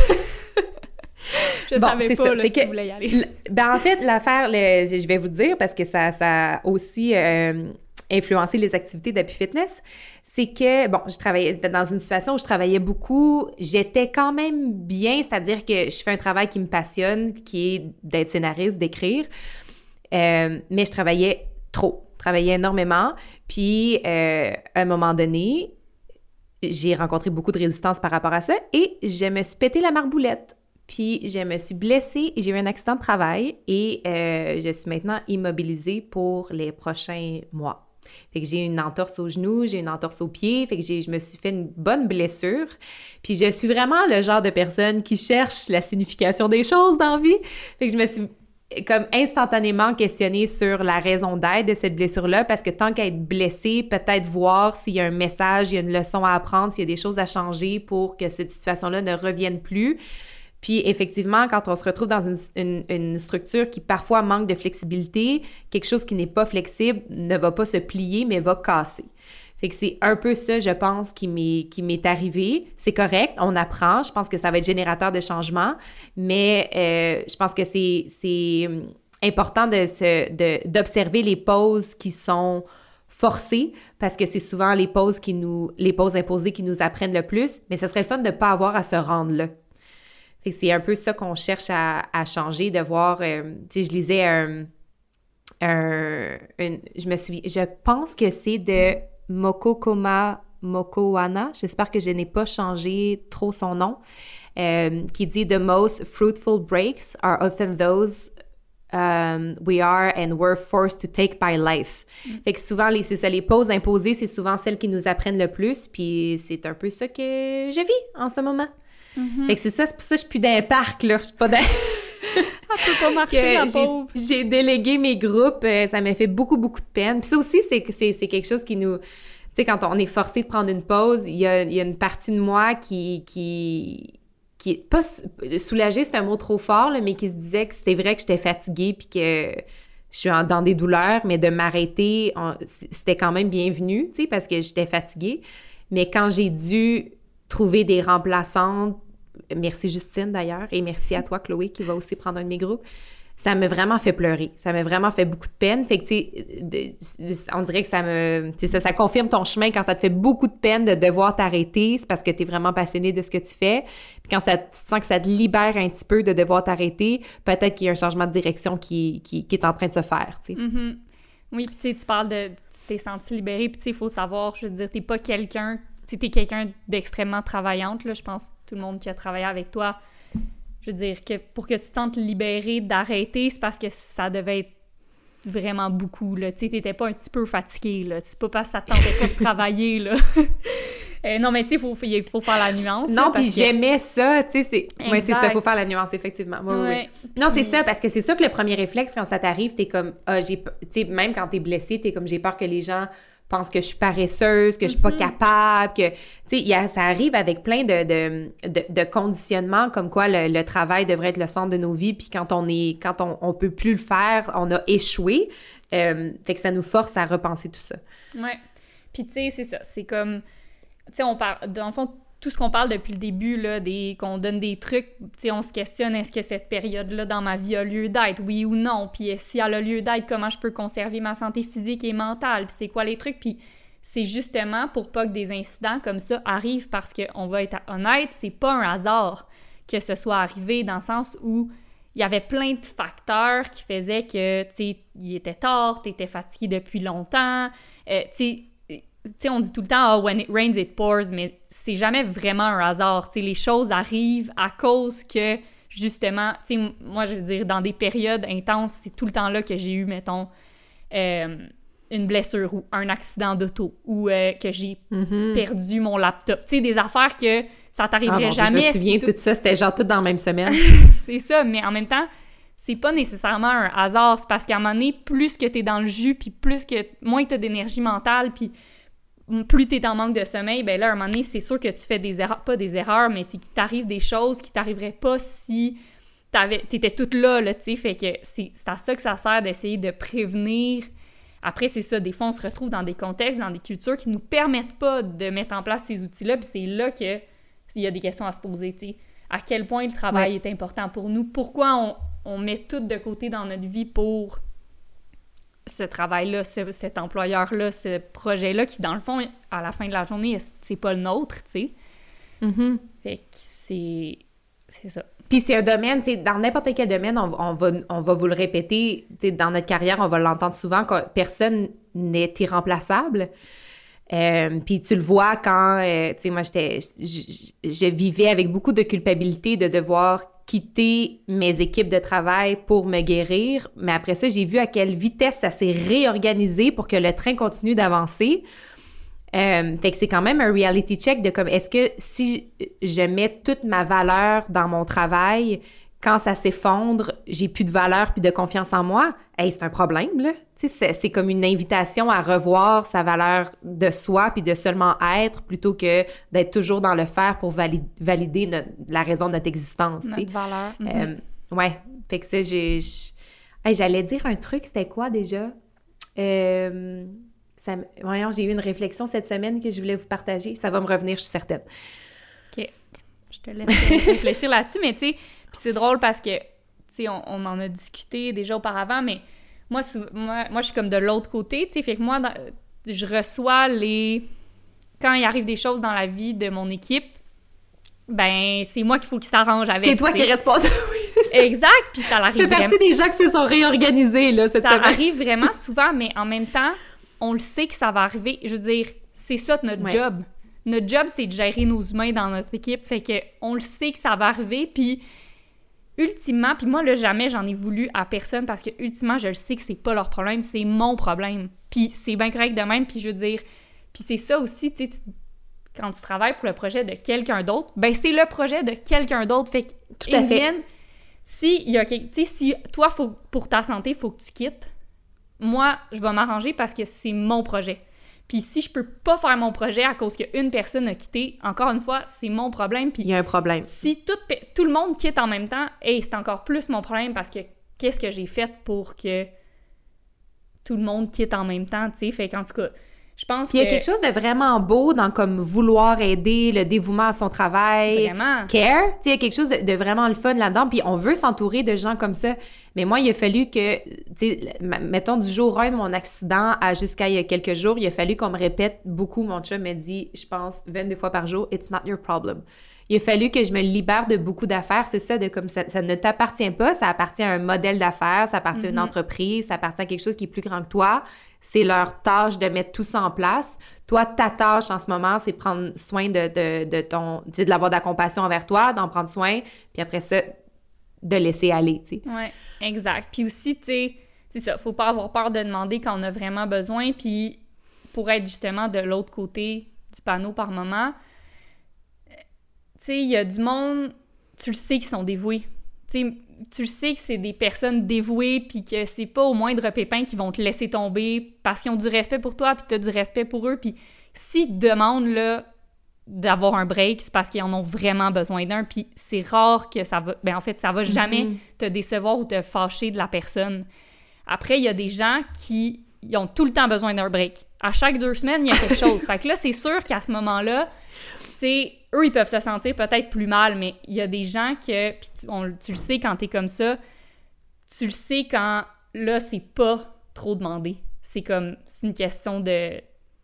Je savais pas là, si tu voulais y aller. En fait, l'affaire, je vais vous dire, parce que ça a aussi influencé les activités d'Happy Fitness, c'est que, bon, je travaillais dans une situation où je travaillais beaucoup, j'étais quand même bien, c'est-à-dire que je fais un travail qui me passionne, qui est d'être scénariste, d'écrire, mais je travaillais énormément, puis à un moment donné, j'ai rencontré beaucoup de résistance par rapport à ça, et je me suis pété la marboulette. Puis je me suis blessée, j'ai eu un accident de travail et je suis maintenant immobilisée pour les prochains mois. Fait que j'ai une entorse au genou, j'ai une entorse au pied, fait que je me suis fait une bonne blessure. Puis je suis vraiment le genre de personne qui cherche la signification des choses dans la vie. Fait que je me suis comme instantanément questionnée sur la raison d'être de cette blessure-là, parce que tant qu'à être blessée, peut-être voir s'il y a un message, il y a une leçon à apprendre, s'il y a des choses à changer pour que cette situation-là ne revienne plus. Puis effectivement, quand on se retrouve dans une structure qui parfois manque de flexibilité, quelque chose qui n'est pas flexible ne va pas se plier, mais va casser. Fait que c'est un peu ça, je pense, qui m'est arrivé. C'est correct, on apprend. Je pense que ça va être générateur de changement, mais je pense que c'est important d'observer les pauses qui sont forcées, parce que c'est souvent les pauses imposées qui nous apprennent le plus, mais ce serait le fun de ne pas avoir à se rendre là. Fait que c'est un peu ça qu'on cherche à changer, de voir, tu sais, je lisais je pense que c'est de Mokokoma Mokoana, j'espère que je n'ai pas changé trop son nom, qui dit « The most fruitful breaks are often those we are and were forced to take by life. » Fait que souvent, c'est ça, les pauses imposées, c'est souvent celles qui nous apprennent le plus, puis c'est un peu ça que je vis en ce moment. Fait que c'est pour ça que je suis plus dans un parc, là. Je suis pas dans... Elle peut pas marcher, la pauvre. J'ai délégué mes groupes, ça m'a fait beaucoup, beaucoup de peine. Puis ça aussi, c'est quelque chose qui nous... Tu sais, quand on est forcé de prendre une pause, il y a une partie de moi qui est pas soulagée, c'est un mot trop fort, là, mais qui se disait que c'était vrai que j'étais fatiguée puis que je suis dans des douleurs, mais de m'arrêter, c'était quand même bienvenu, tu sais, parce que j'étais fatiguée. Mais quand j'ai dû trouver des remplaçantes, merci Justine d'ailleurs, et merci à toi Chloé qui va aussi prendre un de mes groupes. ça m'a vraiment fait pleurer. Ça m'a vraiment fait beaucoup de peine. Fait que, tu sais, on dirait que ça confirme ton chemin quand ça te fait beaucoup de peine de devoir t'arrêter. C'est parce que tu es vraiment passionné de ce que tu fais. Puis quand tu sens que ça te libère un petit peu de devoir t'arrêter, peut-être qu'il y a un changement de direction qui est en train de se faire, tu sais. Mm-hmm. Oui, puis tu sais, tu parles de... Tu t'es senti libérée, puis tu sais, il faut savoir, je veux dire, t'es pas quelqu'un... Tu sais, t'es quelqu'un d'extrêmement travaillante, là. Je pense que tout le monde qui a travaillé avec toi... Je veux dire, que pour que tu te sentes libérée d'arrêter, c'est parce que ça devait être vraiment beaucoup, là. Tu sais, t'étais pas un petit peu fatiguée, là. C'est pas parce que ça te tentait pas de travailler, là. Non, mais tu sais, il faut faire la nuance. Non, puis j'aimais ça, tu sais, ouais, c'est ça, il faut faire la nuance, effectivement. Ouais, oui. Non, c'est ça, parce que c'est ça que le premier réflexe, quand ça t'arrive, t'es comme, tu sais, même quand t'es blessée, t'es comme, j'ai peur que les gens pensent que je suis paresseuse, que je suis pas capable, que, tu sais, ça arrive avec plein de conditionnements, comme quoi le travail devrait être le centre de nos vies, puis quand on peut plus le faire, on a échoué, fait que ça nous force à repenser tout ça. Ouais, puis tu sais, c'est ça, c'est comme, tu sais, on parle, dans le fond, tout ce qu'on parle depuis le début, là, qu'on donne des trucs, tu sais, on se questionne, est-ce que cette période-là dans ma vie a lieu d'être, oui ou non? Puis si elle a lieu d'être, comment je peux conserver ma santé physique et mentale? Puis c'est quoi les trucs? Puis c'est justement pour pas que des incidents comme ça arrivent, parce qu'on va être honnête, c'est pas un hasard que ce soit arrivé, dans le sens où il y avait plein de facteurs qui faisaient que, tu sais, il était tard, t'étais fatigué depuis longtemps, tu sais, on dit tout le temps « Ah, when it rains, it pours », mais c'est jamais vraiment un hasard. Tu sais, les choses arrivent à cause que, justement, tu sais, moi, je veux dire, dans des périodes intenses, c'est tout le temps là que j'ai eu, mettons, une blessure ou un accident d'auto ou que j'ai perdu mon laptop. Tu sais, des affaires que ça t'arriverait jamais. Je me souviens, tout ça, c'était genre tout dans la même semaine. C'est ça, mais en même temps, c'est pas nécessairement un hasard. C'est parce qu'à un moment donné, plus que t'es dans le jus, puis moins que t'as d'énergie mentale, puis plus t'es en manque de sommeil, ben là, à un moment donné, c'est sûr que tu fais des erreurs, pas des erreurs, mais qu'il t'arrive des choses qui t'arriveraient pas si t'étais toute là, tu sais, fait que c'est à ça que ça sert d'essayer de prévenir. Après, c'est ça, des fois, on se retrouve dans des contextes, dans des cultures qui nous permettent pas de mettre en place ces outils-là, puis c'est là que il y a des questions à se poser, tu sais. À quel point le travail est important pour nous? Pourquoi on met tout de côté dans notre vie pour ce travail-là, cet employeur-là, ce projet-là, qui, dans le fond, à la fin de la journée, c'est pas le nôtre, tu sais. Mm-hmm. Fait que c'est ça. Puis c'est un domaine, tu sais, dans n'importe quel domaine, on va vous le répéter, tu sais, dans notre carrière, on va l'entendre souvent, que personne n'est irremplaçable. Puis tu le vois quand, tu sais, moi, je vivais avec beaucoup de culpabilité de devoir quitter mes équipes de travail pour me guérir, mais après ça, j'ai vu à quelle vitesse ça s'est réorganisé pour que le train continue d'avancer. Fait que c'est quand même un reality check de comme, est-ce que si je mets toute ma valeur dans mon travail, quand ça s'effondre, j'ai plus de valeur puis de confiance en moi, hey, c'est un problème, là. Tu sais, c'est comme une invitation à revoir sa valeur de soi puis de seulement être plutôt que d'être toujours dans le faire pour valider la raison de notre existence. Notre valeur. Ouais. Fait que ça, j'allais dire un truc, c'était quoi déjà? Voyons, j'ai eu une réflexion cette semaine que je voulais vous partager. Ça va me revenir, je suis certaine. OK. Je te laisse réfléchir là-dessus, mais tu sais, puis c'est drôle parce que, tu sais, on en a discuté déjà auparavant, mais moi je suis comme de l'autre côté, tu sais, fait que moi, je reçois quand il arrive des choses dans la vie de mon équipe, ben c'est moi qu'il faut qu'il s'arrange avec. C'est toi qui es responsable. Exact, puis ça arrive. Tu fais partie des gens qui se sont réorganisés, là, cette semaine. Ça arrive vraiment souvent, mais en même temps, on le sait que ça va arriver. Je veux dire, c'est ça notre job. Notre job, c'est de gérer nos humains dans notre équipe. Fait que on le sait que ça va arriver. Puis, ultimement, puis moi, là, jamais j'en ai voulu à personne parce que, ultimement, je le sais que c'est pas leur problème, c'est mon problème. Puis, c'est bien correct de même. Puis, je veux dire, puis c'est ça aussi, tu sais, quand tu travailles pour le projet de quelqu'un d'autre, ben c'est le projet de quelqu'un d'autre. Fait que, tout à fait. Si toi, pour ta santé, il faut que tu quittes, moi, je vais m'arranger parce que c'est mon projet. Puis si je peux pas faire mon projet à cause qu'une personne a quitté, encore une fois, c'est mon problème. Puis il y a un problème. Si tout le monde quitte en même temps, c'est encore plus mon problème parce que qu'est-ce que j'ai fait pour que tout le monde quitte en même temps, tu sais? Fait qu'en tout cas, Je pense Puis il y a quelque chose de vraiment beau dans comme vouloir aider, le dévouement à son travail. Vraiment. Care. Tu sais, il y a quelque chose de vraiment le fun là-dedans. Puis on veut s'entourer de gens comme ça. Mais moi, il a fallu que, tu sais, mettons du jour 1 de mon accident à jusqu'à il y a quelques jours, il a fallu qu'on me répète beaucoup. Mon chum m'a dit, je pense, 22 fois par jour, it's not your problem. Il a fallu que je me libère de beaucoup d'affaires. C'est ça, de comme ça ne t'appartient pas, ça appartient à un modèle d'affaires, ça appartient à une entreprise, ça appartient à quelque chose qui est plus grand que toi. C'est leur tâche de mettre tout ça en place. Toi, ta tâche en ce moment, c'est prendre soin de ton... Tu sais, de l'avoir de la compassion envers toi, d'en prendre soin, puis après ça, de laisser aller, tu sais. Ouais, exact. Puis aussi, tu sais, c'est ça, faut pas avoir peur de demander quand on a vraiment besoin, puis pour être justement de l'autre côté du panneau par moment, tu sais, il y a du monde, tu le sais qu'ils sont dévoués. Tu sais, tu le sais que c'est des personnes dévouées puis que c'est pas au moindre pépin qu'ils vont te laisser tomber parce qu'ils ont du respect pour toi puis t'as du respect pour eux. Puis s'ils te demandent, là, d'avoir un break, c'est parce qu'ils en ont vraiment besoin d'un. Puis c'est rare que ça va... Ben en fait, ça va jamais te décevoir ou te fâcher de la personne. Après, il y a des gens qui ils ont tout le temps besoin d'un break. À chaque 2 semaines, il y a quelque chose. Fait que là, c'est sûr qu'à ce moment-là, tu sais, eux, ils peuvent se sentir peut-être plus mal, mais il y a des gens que, puis tu le sais quand t'es comme ça, tu le sais quand, là, c'est pas trop demandé. C'est comme, c'est une question de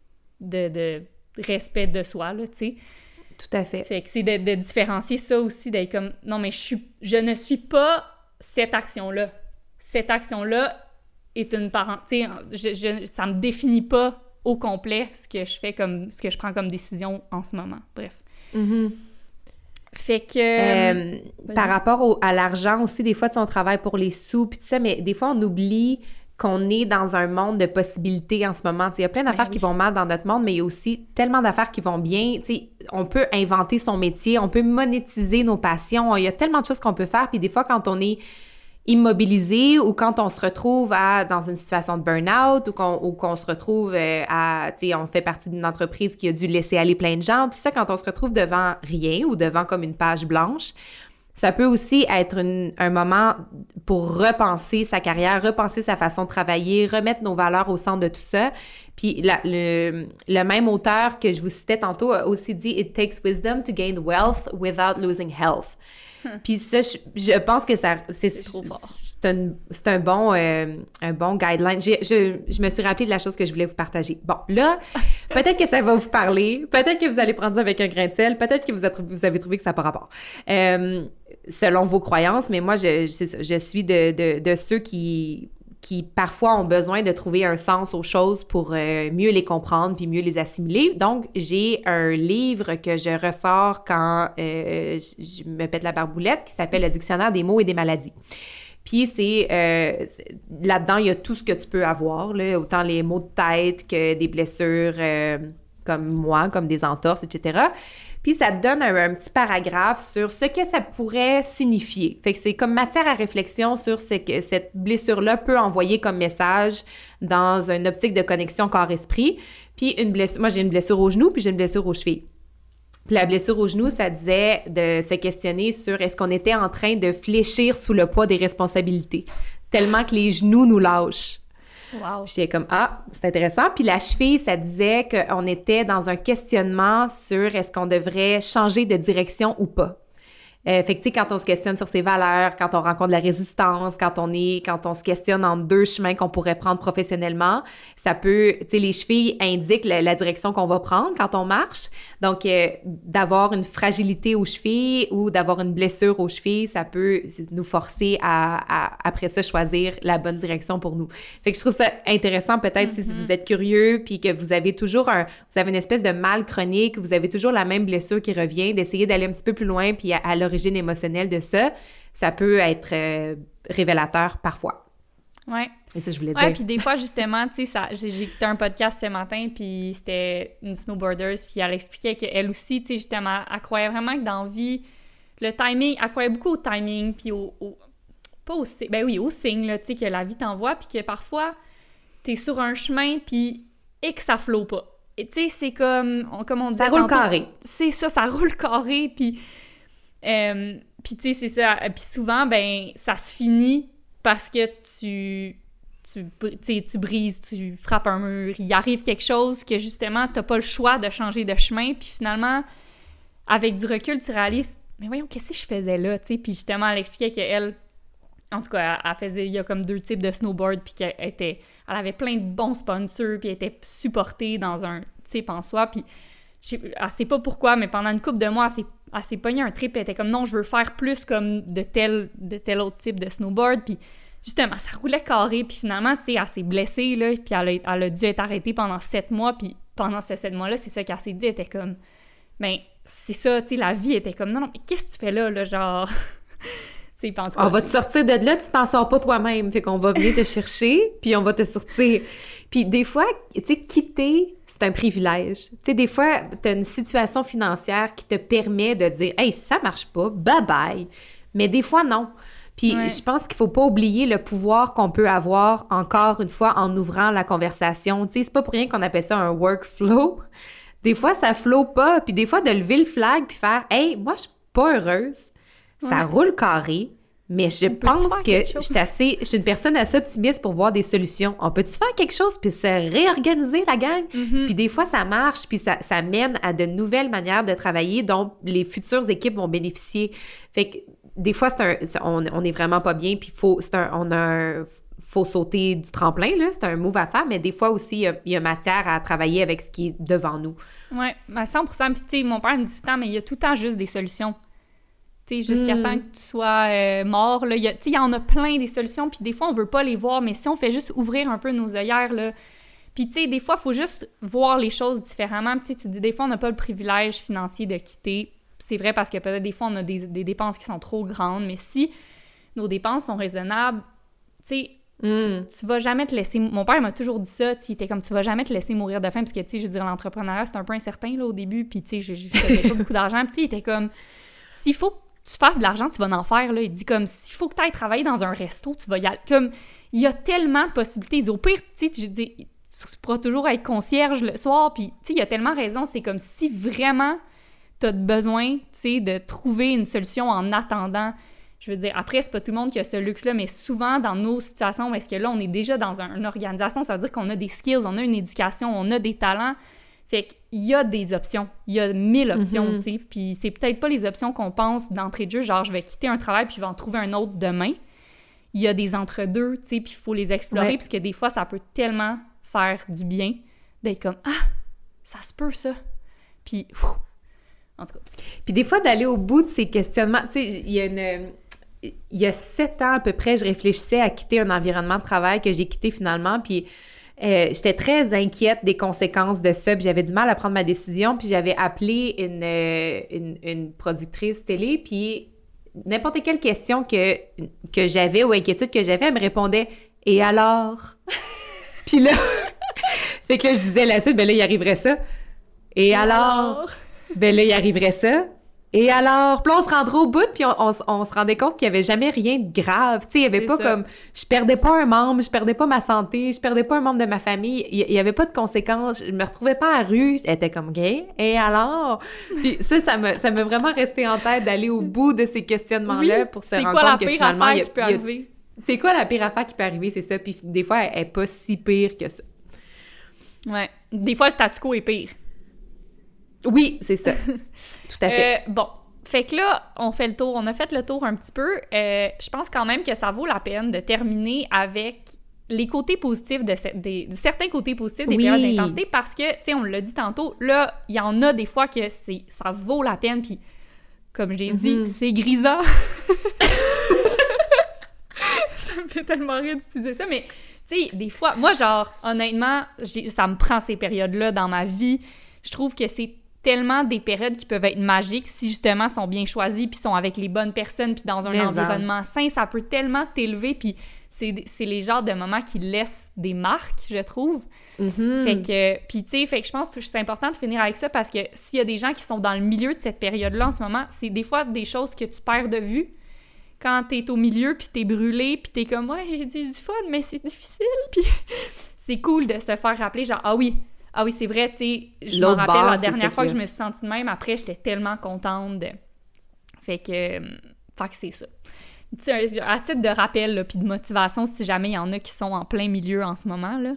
respect de soi, là, tu sais. Tout à fait. Fait que c'est de différencier ça aussi, d'être comme, non, mais je ne suis pas cette action-là. Cette action-là est une parenté, ça me définit pas au complet ce que je fais ce que je prends comme décision en ce moment. Bref. Fait que... par rapport à l'argent aussi, des fois, tu sais, on travaille pour les sous, puis tout ça, mais des fois, on oublie qu'on est dans un monde de possibilités en ce moment. Tu sais, il y a plein d'affaires qui vont mal dans notre monde, mais il y a aussi tellement d'affaires qui vont bien. Tu sais, on peut inventer son métier, on peut monétiser nos passions. Il y a tellement de choses qu'on peut faire, puis des fois, quand on est immobilisé ou quand on se retrouve dans une situation de burn-out ou qu'on se retrouve tu sais, on fait partie d'une entreprise qui a dû laisser aller plein de gens, tout ça, quand on se retrouve devant rien ou devant comme une page blanche, ça peut aussi être un moment pour repenser sa carrière, repenser sa façon de travailler, remettre nos valeurs au centre de tout ça. Puis le même auteur que je vous citais tantôt a aussi dit « It takes wisdom to gain wealth without losing health ». Puis ça, je pense que c'est un bon guideline. Je me suis rappelé de la chose que je voulais vous partager. Bon, là, peut-être que ça va vous parler, peut-être que vous allez prendre ça avec un grain de sel, peut-être que vous avez trouvé que ça n'a pas rapport. Selon vos croyances, mais moi, je suis de ceux qui parfois ont besoin de trouver un sens aux choses pour mieux les comprendre puis mieux les assimiler. Donc, j'ai un livre que je ressors quand je me pète la barboulette qui s'appelle « Le dictionnaire des mots et des maladies ». Puis c'est là-dedans, il y a tout ce que tu peux avoir, là, autant les maux de tête que des blessures comme moi, comme des entorses, etc. Puis ça te donne un petit paragraphe sur ce que ça pourrait signifier. Fait que c'est comme matière à réflexion sur ce que cette blessure-là peut envoyer comme message dans une optique de connexion corps-esprit. Puis moi j'ai une blessure au genou, puis j'ai une blessure aux chevilles. Puis la blessure au genou, ça disait de se questionner sur est-ce qu'on était en train de fléchir sous le poids des responsabilités, tellement que les genoux nous lâchent. Wow. J'étais comme, c'est intéressant. Puis la cheville, ça disait qu'on était dans un questionnement sur est-ce qu'on devrait changer de direction ou pas. Fait que, tu sais, quand on se questionne sur ses valeurs, quand on rencontre la résistance, quand on se questionne en 2 chemins qu'on pourrait prendre professionnellement, ça peut, tu sais, les chevilles indiquent la direction qu'on va prendre quand on marche. Donc, d'avoir une fragilité aux chevilles ou d'avoir une blessure aux chevilles, ça peut nous forcer à après ça, choisir la bonne direction pour nous. Fait que je trouve ça intéressant, peut-être, si vous êtes curieux, puis que vous avez toujours vous avez une espèce de mal chronique, vous avez toujours la même blessure qui revient, d'essayer d'aller un petit peu plus loin, puis à l'origine émotionnelle de ça, ça peut être révélateur parfois. Ouais. Et ça, je voulais dire. Ouais, puis des fois, justement, tu sais, j'ai écouté un podcast ce matin, puis c'était une snowboarder, puis elle expliquait qu'elle aussi, tu sais, justement, elle croyait vraiment que dans la vie, le timing, elle croyait beaucoup au timing, puis au signe, là, tu sais, que la vie t'envoie, puis que parfois, t'es sur un chemin, puis et que ça flotte pas. Et tu sais, c'est comme on dit... Ça roule carré. C'est ça roule carré, puis tu sais, c'est ça. Puis souvent, ben ça se finit parce que tu tu brises, tu frappes un mur, il arrive quelque chose que justement, t'as pas le choix de changer de chemin, puis finalement, avec du recul, tu réalises, mais voyons, qu'est-ce que je faisais là, tu sais, puis justement, elle expliquait qu'elle, en tout cas, elle faisait, il y a comme 2 types de snowboard, puis elle avait plein de bons sponsors, puis elle était supportée dans un type en soi, puis elle sait pas pourquoi, mais pendant une couple de mois, elle s'est pognée un trip, elle était comme, non, je veux faire plus comme de tel autre type de snowboard, puis justement, ça roulait carré, puis finalement, tu sais, elle s'est blessée, là, puis elle a dû être arrêtée pendant 7 mois, puis pendant ces 7 mois-là, c'est ça qu'elle s'est dit, elle était comme, ben, c'est ça, tu sais, la vie était comme, non, mais qu'est-ce que tu fais là, genre... On va te sortir de là, tu t'en sors pas toi-même. Fait qu'on va venir te chercher, puis on va te sortir. Puis des fois, tu sais, quitter, c'est un privilège. Tu sais, des fois, t'as une situation financière qui te permet de dire « Hey, ça marche pas, bye-bye ». Mais des fois, non. Puis je pense qu'il faut pas oublier le pouvoir qu'on peut avoir, encore une fois, en ouvrant la conversation. Tu sais, c'est pas pour rien qu'on appelle ça un workflow. Des fois, ça flow pas. Puis des fois, de lever le flag puis faire « Hey, moi, je suis pas heureuse ». Ça roule carré, mais je pense que je suis une personne assez optimiste pour voir des solutions. On peut-tu faire quelque chose puis se réorganiser, la gang? Puis des fois, ça marche, puis ça mène à de nouvelles manières de travailler dont les futures équipes vont bénéficier. Fait que des fois, on est vraiment pas bien, puis faut sauter du tremplin, là. C'est un move à faire, mais des fois aussi, il y a matière à travailler avec ce qui est devant nous. Oui, à 100%. Puis tu sais, mon père me dit tout le temps, mais il y a tout le temps juste des solutions. Jusqu'à temps que tu sois mort, là, il y en a plein des solutions, puis des fois, on veut pas les voir, mais si on fait juste ouvrir un peu nos œillères, là, puis tu sais, des fois, il faut juste voir les choses différemment, puis tu dis, des fois, on n'a pas le privilège financier de quitter, c'est vrai parce que peut-être des fois, on a des dépenses qui sont trop grandes, mais si nos dépenses sont raisonnables, tu sais, tu vas jamais te laisser... Mon père m'a toujours dit ça, il était comme, tu vas jamais te laisser mourir de faim, parce que, tu sais, je veux dire, l'entrepreneuriat, c'est un peu incertain, là, au début, puis tu sais, je faisais pas beaucoup d'argent, puis il était comme, s'il faut tu fasses de l'argent, tu vas en faire, là. Il dit comme, s'il faut que tu ailles travailler dans un resto, tu vas y aller. Comme, il y a tellement de possibilités. Il dit, au pire, tu sais, tu pourras toujours être concierge le soir, puis, tu sais, il a tellement raison. C'est comme, si vraiment t'as besoin, tu sais, de trouver une solution en attendant. Je veux dire, après, c'est pas tout le monde qui a ce luxe-là, mais souvent, dans nos situations où est-ce que là, on est déjà dans une organisation, ça veut dire qu'on a des skills, on a une éducation, on a des talents. Fait qu'il y a des options. Il y a 1000 options, tu sais. Puis c'est peut-être pas les options qu'on pense d'entrée de jeu, genre je vais quitter un travail puis je vais en trouver un autre demain. Il y a des entre-deux, tu sais, puis il faut les explorer parce que des fois, ça peut tellement faire du bien d'être comme « Ah! Ça se peut, ça! » Puis, en tout cas. Puis des fois, d'aller au bout de ces questionnements, tu sais, il y a 7 ans à peu près, je réfléchissais à quitter un environnement de travail que j'ai quitté finalement, puis j'étais très inquiète des conséquences de ça, puis j'avais du mal à prendre ma décision, puis j'avais appelé une productrice télé, puis n'importe quelle question que j'avais ou inquiétude que j'avais, elle me répondait « Et alors? » Puis là, fait que là, je disais la suite, ben là, il arriverait ça. « Et alors? » Ben là, il arriverait ça. Et alors, puis on se rendrait au bout, puis on se rendait compte qu'il n'y avait jamais rien de grave. Tu sais, il n'y avait pas comme... Je perdais pas un membre, je perdais pas ma santé, je perdais pas un membre de ma famille. Il n'y avait pas de conséquences. Je me retrouvais pas à la rue. J'étais comme gay. Et alors? Puis ça m'a vraiment resté en tête d'aller au bout de ces questionnements-là pour se rendre compte que finalement... C'est quoi la pire affaire qui peut arriver? C'est quoi la pire affaire qui peut arriver, c'est ça. Puis des fois, elle n'est pas si pire que ça. Ouais. Des fois, le statu quo est pire. Oui, c'est ça. Tout à fait. Bon, fait que là, on a fait le tour un petit peu. Je pense quand même que ça vaut la peine de terminer avec les côtés positifs de certains côtés positifs des périodes d'intensité parce que, tu sais, on l'a dit tantôt, là, il y en a des fois que ça vaut la peine, puis comme j'ai dit, c'est grisant. Ça me fait tellement rire d'utiliser ça, mais tu sais, des fois, moi, genre, honnêtement, ça me prend ces périodes-là dans ma vie. Je trouve que c'est tellement des périodes qui peuvent être magiques si justement sont bien choisies puis sont avec les bonnes personnes puis dans un environnement sain, ça peut tellement t'élever puis c'est les genres de moments qui laissent des marques, je trouve. Fait que, puis tu sais, fait que je pense que c'est important de finir avec ça parce que s'il y a des gens qui sont dans le milieu de cette période-là en ce moment, c'est des fois des choses que tu perds de vue quand t'es au milieu puis t'es brûlé puis t'es comme « Ouais, j'ai du fun, mais c'est difficile. » Puis c'est cool de se faire rappeler genre « Ah oui, c'est vrai, tu sais, je me rappelle la dernière fois que je me suis sentie de même, après, j'étais tellement contente de... Fait que c'est ça. Tu sais, à titre de rappel, là, puis de motivation, si jamais il y en a qui sont en plein milieu en ce moment, là.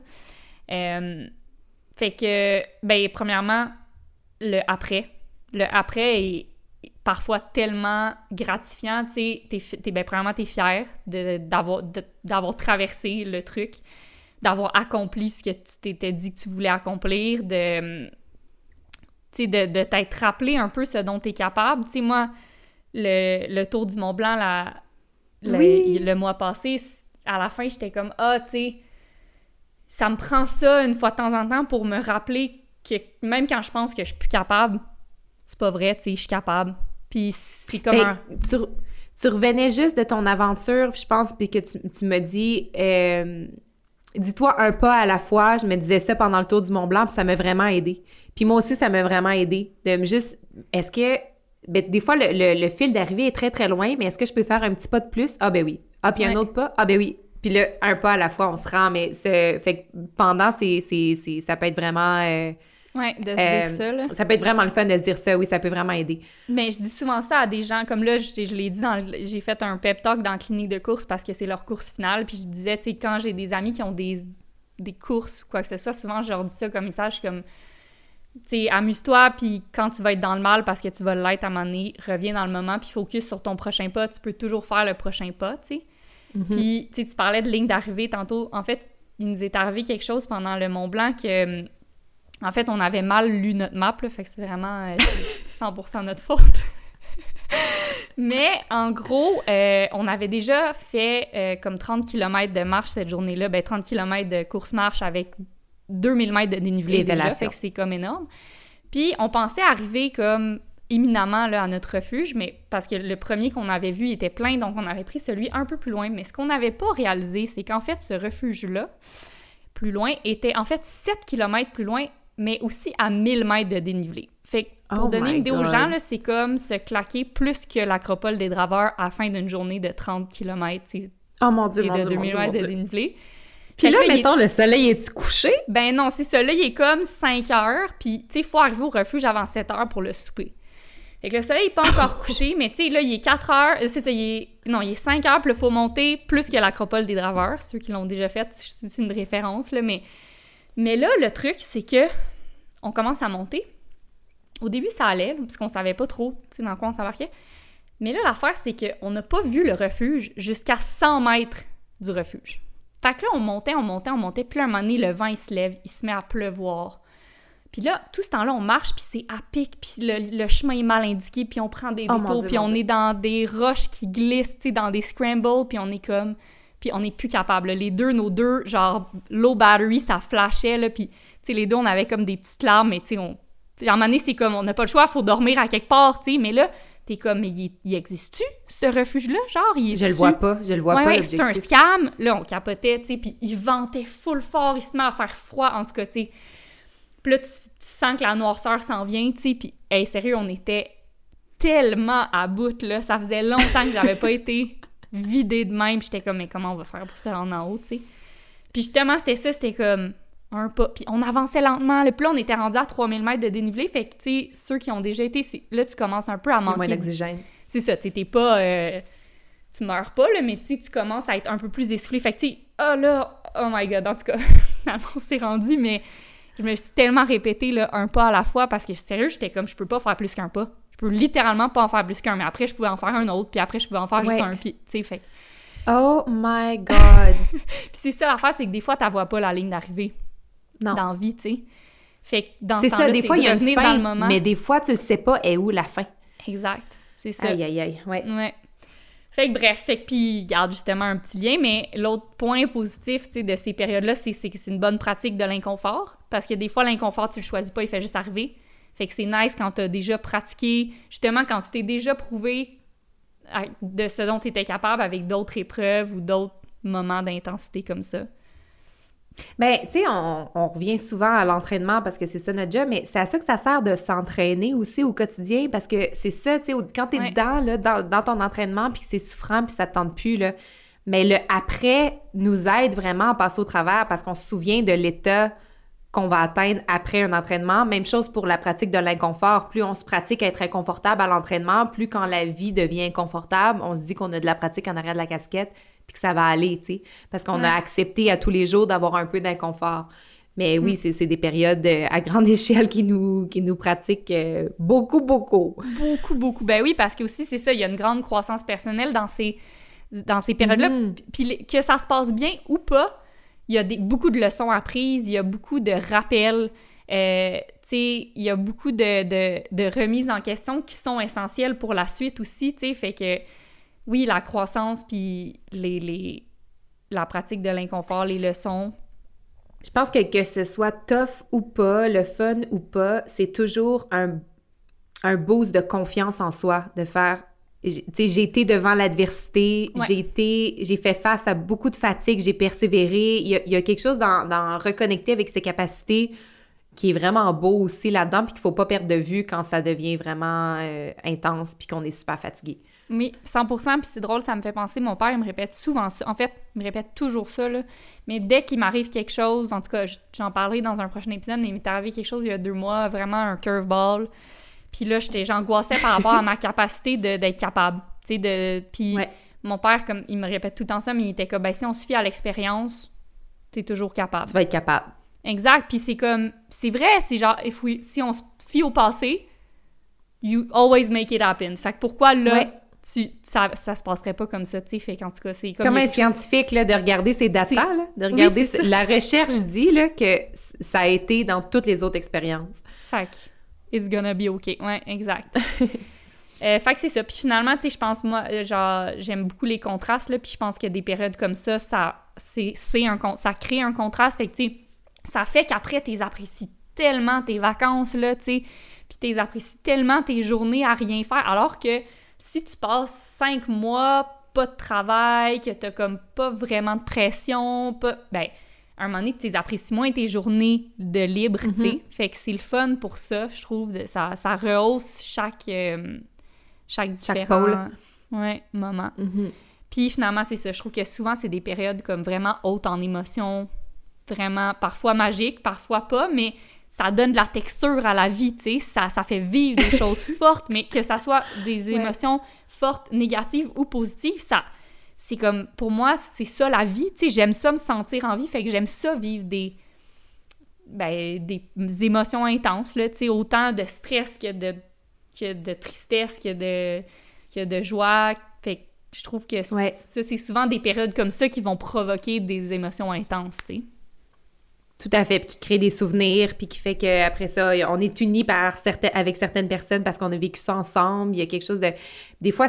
Fait que, ben, premièrement, le après. Le après est parfois tellement gratifiant, tu sais, premièrement, t'es fier d'avoir traversé le truc, d'avoir accompli ce que tu t'étais dit que tu voulais accomplir, de t'être rappelé un peu ce dont t'es capable. Tu sais, moi, le Tour du Mont-Blanc, le mois passé, à la fin, j'étais comme, tu sais, ça me prend ça une fois de temps en temps pour me rappeler que même quand je pense que je suis plus capable, c'est pas vrai, tu sais, je suis capable. Puis c'est comme tu revenais juste de ton aventure, puis je pense, puis que tu m'as dit, dis-toi un pas à la fois. Je me disais ça pendant le Tour du Mont-Blanc, puis ça m'a vraiment aidé. Puis moi aussi, ça m'a vraiment aidé de me juste, est-ce que, ben, des fois, le fil d'arrivée est très, très loin, mais est-ce que je peux faire un petit pas de plus? Ah, ben oui. Ah, puis un autre pas? Ah, ben oui. Puis là, un pas à la fois, on se rend, mais fait que pendant, ça peut être vraiment... de se dire ça, là. Ça peut être vraiment le fun de se dire ça, oui, ça peut vraiment aider. Mais je dis souvent ça à des gens, comme là, je l'ai dit, j'ai fait un pep talk dans la clinique de course parce que c'est leur course finale, puis je disais, tu sais, quand j'ai des amis qui ont des courses ou quoi que ce soit, souvent, je leur dis ça comme message, comme, tu sais, amuse-toi, puis quand tu vas être dans le mal parce que tu vas l'être à un moment donné, reviens dans le moment, puis focus sur ton prochain pas, tu peux toujours faire le prochain pas, tu sais. Mm-hmm. Puis, tu sais, tu parlais de ligne d'arrivée tantôt. En fait, il nous est arrivé quelque chose pendant le Mont-Blanc que, en fait, on avait mal lu notre map, là, fait que c'est vraiment 100% notre faute. Mais, en gros, on avait déjà fait comme 30 km de marche cette journée-là, 30 km de course-marche avec 2000 mètres de dénivelé déjà, fait que c'est comme énorme. Puis, on pensait arriver comme imminemment là, à notre refuge, mais parce que le premier qu'on avait vu était plein, donc on avait pris celui un peu plus loin. Mais ce qu'on n'avait pas réalisé, c'est qu'en fait, ce refuge-là, plus loin, était en fait 7 km plus loin, mais aussi à 1000 mètres de dénivelé. Fait que pour donner une idée aux gens, là, c'est comme se claquer plus que l'Acropole des Draveurs à la fin d'une journée de 30 km. Oh mon Dieu, et de 2000 mètres de dénivelé. Puis là, mettons, le soleil est-tu couché? Ben non, c'est ça. Là, il est comme 5 heures, puis tu sais, il faut arriver au refuge avant 7 heures pour le souper. Fait que le soleil n'est pas encore couché, mais tu sais, là, il est 4 heures, c'est ça, il est 5 heures, puis il faut monter plus que l'Acropole des Draveurs. Ceux qui l'ont déjà fait, c'est une référence, là, mais là, le truc, c'est que on commence à monter. Au début, ça allait, parce qu'on savait pas trop, tu sais, dans quoi on s'embarquait. Mais là, l'affaire, c'est qu'on n'a pas vu le refuge jusqu'à 100 mètres du refuge. Fait que là, on montait, puis là, à un moment donné, le vent, il se lève, il se met à pleuvoir. Puis là, tout ce temps-là, on marche, puis c'est à pic, puis le chemin est mal indiqué, puis on prend des détours, puis on est dans des roches qui glissent, tu sais, dans des scrambles, puis on est comme... Puis on n'est plus capable. Là. Nos deux, genre, low battery, ça flashait, là, puis, tu sais, les deux, on avait comme des petites larmes, mais, tu sais, Puis à un moment donné, c'est comme, on n'a pas le choix, il faut dormir à quelque part, tu sais, mais là, t'es comme, mais il existe-tu, ce refuge-là, genre, je le vois pas, ouais, c'est un scam, là, on capotait, tu sais, puis il ventait full fort, il se met à faire froid, en tout cas, tu sais. Puis là, tu sens que la noirceur s'en vient, tu sais, puis, hey, sérieux, on était tellement à bout, là, ça faisait longtemps que j'avais pas été vidée de même, j'étais comme, mais comment on va faire pour se rendre en haut, tu sais. Puis justement, c'était comme un pas, puis on avançait lentement, là, puis là, on était rendu à 3000 mètres de dénivelé, fait que, tu sais, ceux qui ont déjà été, là, tu commences un peu à manquer. Moins d'oxygène. C'est ça, tu sais, t'es pas... tu meurs pas, là, mais tu sais, tu commences à être un peu plus essoufflé, fait que, tu sais, oh my God, en tout cas, finalement, on s'est rendu, mais... Je me suis tellement répété là, un pas à la fois parce que, sérieux, j'étais comme, je peux pas faire plus qu'un pas. Je peux littéralement pas en faire plus qu'un, mais après, je pouvais en faire un autre, puis après, je pouvais en faire juste un, puis, tu sais, fait. Oh my God! Puis c'est ça l'affaire, c'est que des fois, t'as vois pas la ligne d'arrivée dans la vie, tu sais. Fait que dans ce temps-là, des fois, il y a une fin, dans le moment. Mais des fois, tu sais pas est où la fin. Exact, c'est ça. Aïe, ouais. Fait que bref, puis garde justement un petit lien, mais l'autre point positif, tu sais, de ces périodes-là, c'est que c'est une bonne pratique de l'inconfort, parce que des fois, l'inconfort, tu le choisis pas, il fait juste arriver. Fait que c'est nice quand t'as déjà pratiqué, justement, quand tu t'es déjà prouvé de ce dont tu étais capable avec d'autres épreuves ou d'autres moments d'intensité comme ça. Ben, tu sais, on revient souvent à l'entraînement parce que c'est ça notre job, mais c'est à ça que ça sert de s'entraîner aussi au quotidien parce que c'est ça, tu sais, quand t'es dedans, là, dans ton entraînement, puis que c'est souffrant, puis ça te tente plus, là, mais le après nous aide vraiment à passer au travers parce qu'on se souvient de l'état qu'on va atteindre après un entraînement. Même chose pour la pratique de l'inconfort. Plus on se pratique à être inconfortable à l'entraînement, plus quand la vie devient inconfortable, on se dit qu'on a de la pratique en arrière de la casquette puis que ça va aller, tu sais, parce qu'on a accepté à tous les jours d'avoir un peu d'inconfort. Mais oui, c'est des périodes à grande échelle qui nous pratiquent beaucoup, beaucoup. Beaucoup, beaucoup. Ben oui, parce que aussi, c'est ça, il y a une grande croissance personnelle dans ces périodes-là. Puis que ça se passe bien ou pas, il y a beaucoup de leçons apprises, il y a beaucoup de rappels, tu sais, il y a beaucoup de remises en question qui sont essentielles pour la suite aussi, tu sais, fait que oui, la croissance puis la pratique de l'inconfort, les leçons. Je pense que ce soit tough ou pas, le fun ou pas, c'est toujours un boost de confiance en soi, de faire... Tu sais, j'ai été devant l'adversité, j'ai fait face à beaucoup de fatigue, j'ai persévéré. Il y a quelque chose dans reconnecter avec ses capacités qui est vraiment beau aussi là-dedans, puis qu'il faut pas perdre de vue quand ça devient vraiment intense puis qu'on est super fatigué. Oui, 100%, puis c'est drôle, ça me fait penser, mon père, il me répète souvent ça. En fait, il me répète toujours ça, là. Mais dès qu'il m'arrive quelque chose, en tout cas, j'en parlerai dans un prochain épisode, mais il m'est arrivé quelque chose il y a 2 mois, vraiment un curveball. Puis là, j'angoissais par rapport à ma capacité d'être capable, tu sais, Puis mon père, comme il me répète tout le temps ça, mais il était comme, ben si on se fie à l'expérience, t'es toujours capable. Tu vas être capable. Exact, puis c'est comme, c'est vrai, c'est genre, si on se fie au passé, you always make it happen. Fait que pourquoi là... ça se passerait pas comme ça, tu sais, fait qu'en tout cas, c'est comme un scientifique, là, de regarder ses data, là, de regarder... la recherche dit, là, que ça a été dans toutes les autres expériences. Fait que, it's gonna be OK. Ouais, exact. Fait que c'est ça. Puis finalement, tu sais, je pense, moi, genre, j'aime beaucoup les contrastes, là, puis je pense que des périodes comme ça, ça crée un contraste, fait que, tu sais, ça fait qu'après, t'es apprécies tellement tes vacances, là, tu sais, puis t'es apprécies tellement tes journées à rien faire, alors que si tu passes 5 mois, pas de travail, que t'as comme pas vraiment de pression, ben, à un moment donné, tu apprécies moins tes journées de libre, tu sais. Fait que c'est le fun pour ça, je trouve. Ça rehausse chaque différent moment. Puis finalement, c'est ça. Je trouve que souvent, c'est des périodes comme vraiment hautes en émotions, vraiment parfois magiques, parfois pas, mais ça donne de la texture à la vie, tu sais, ça fait vivre des choses fortes, mais que ça soit des émotions fortes, négatives ou positives, c'est comme, pour moi, c'est ça la vie, tu sais, j'aime ça me sentir en vie, fait que j'aime ça vivre des émotions intenses, là, tu sais, autant de stress que de tristesse, que de joie, fait que je trouve que ça, c'est souvent des périodes comme ça qui vont provoquer des émotions intenses, tu sais. Tout à fait, puis qui crée des souvenirs, puis qui fait qu'après ça, on est unis avec certaines personnes parce qu'on a vécu ça ensemble. Il y a quelque chose de... Des fois,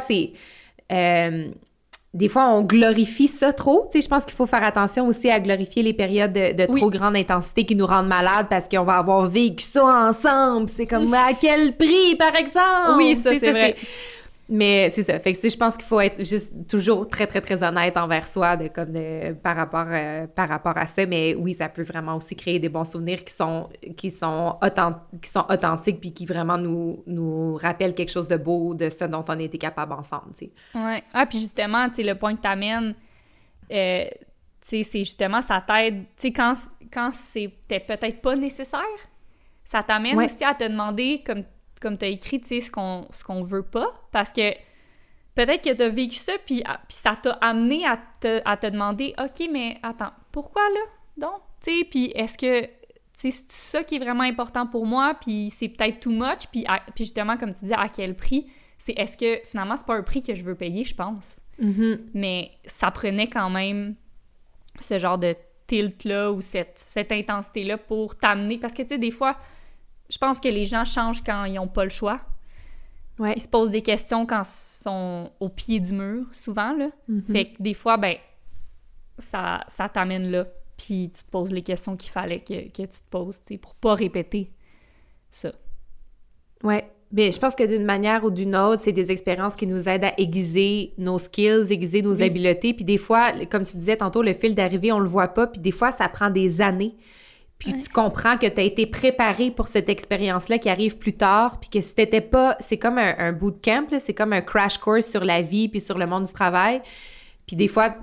des fois, on glorifie ça trop. Tu sais, je pense qu'il faut faire attention aussi à glorifier les périodes de trop grande intensité qui nous rendent malades parce qu'on va avoir vécu ça ensemble. C'est comme, à quel prix, par exemple? Oui, ça, c'est vrai. Mais c'est ça. Fait que je pense qu'il faut être juste toujours très, très, très honnête envers soi par rapport à ça. Mais oui, ça peut vraiment aussi créer des bons souvenirs qui sont authentiques puis qui vraiment nous rappellent quelque chose de beau de ce dont on a été capable ensemble, tu sais. Ouais. Ah, puis justement, tu sais, le point que t'amènes, tu sais, c'est justement, ça t'aide, tu sais, quand c'était peut-être pas nécessaire, ça t'amène aussi à te demander, comme tu as écrit, tu sais, ce qu'on veut pas, parce que peut-être que tu as vécu ça, puis ça t'a amené à te demander, OK, mais attends, pourquoi là, donc? Tu sais, puis est-ce que, tu sais, c'est ça qui est vraiment important pour moi, puis c'est peut-être too much, puis justement, comme tu dis, à quel prix? Est-ce que, finalement, c'est pas un prix que je veux payer, je pense. Mais ça prenait quand même ce genre de tilt-là, ou cette intensité-là pour t'amener, parce que, tu sais, des fois... Je pense que les gens changent quand ils n'ont pas le choix. Ouais. Ils se posent des questions quand ils sont au pied du mur, souvent, là. Fait que des fois, ben, ça t'amène là. Puis tu te poses les questions qu'il fallait que tu te poses, tu sais, pour pas répéter ça. Ouais. Bien, je pense que d'une manière ou d'une autre, c'est des expériences qui nous aident à aiguiser nos skills, aiguiser nos habiletés. Puis des fois, comme tu disais tantôt, le fil d'arrivée, on le voit pas. Puis des fois, ça prend des années. Puis tu comprends que tu as été préparé pour cette expérience-là qui arrive plus tard, puis que si t'étais pas... C'est comme un bootcamp, là, c'est comme un crash course sur la vie puis sur le monde du travail. Puis des fois,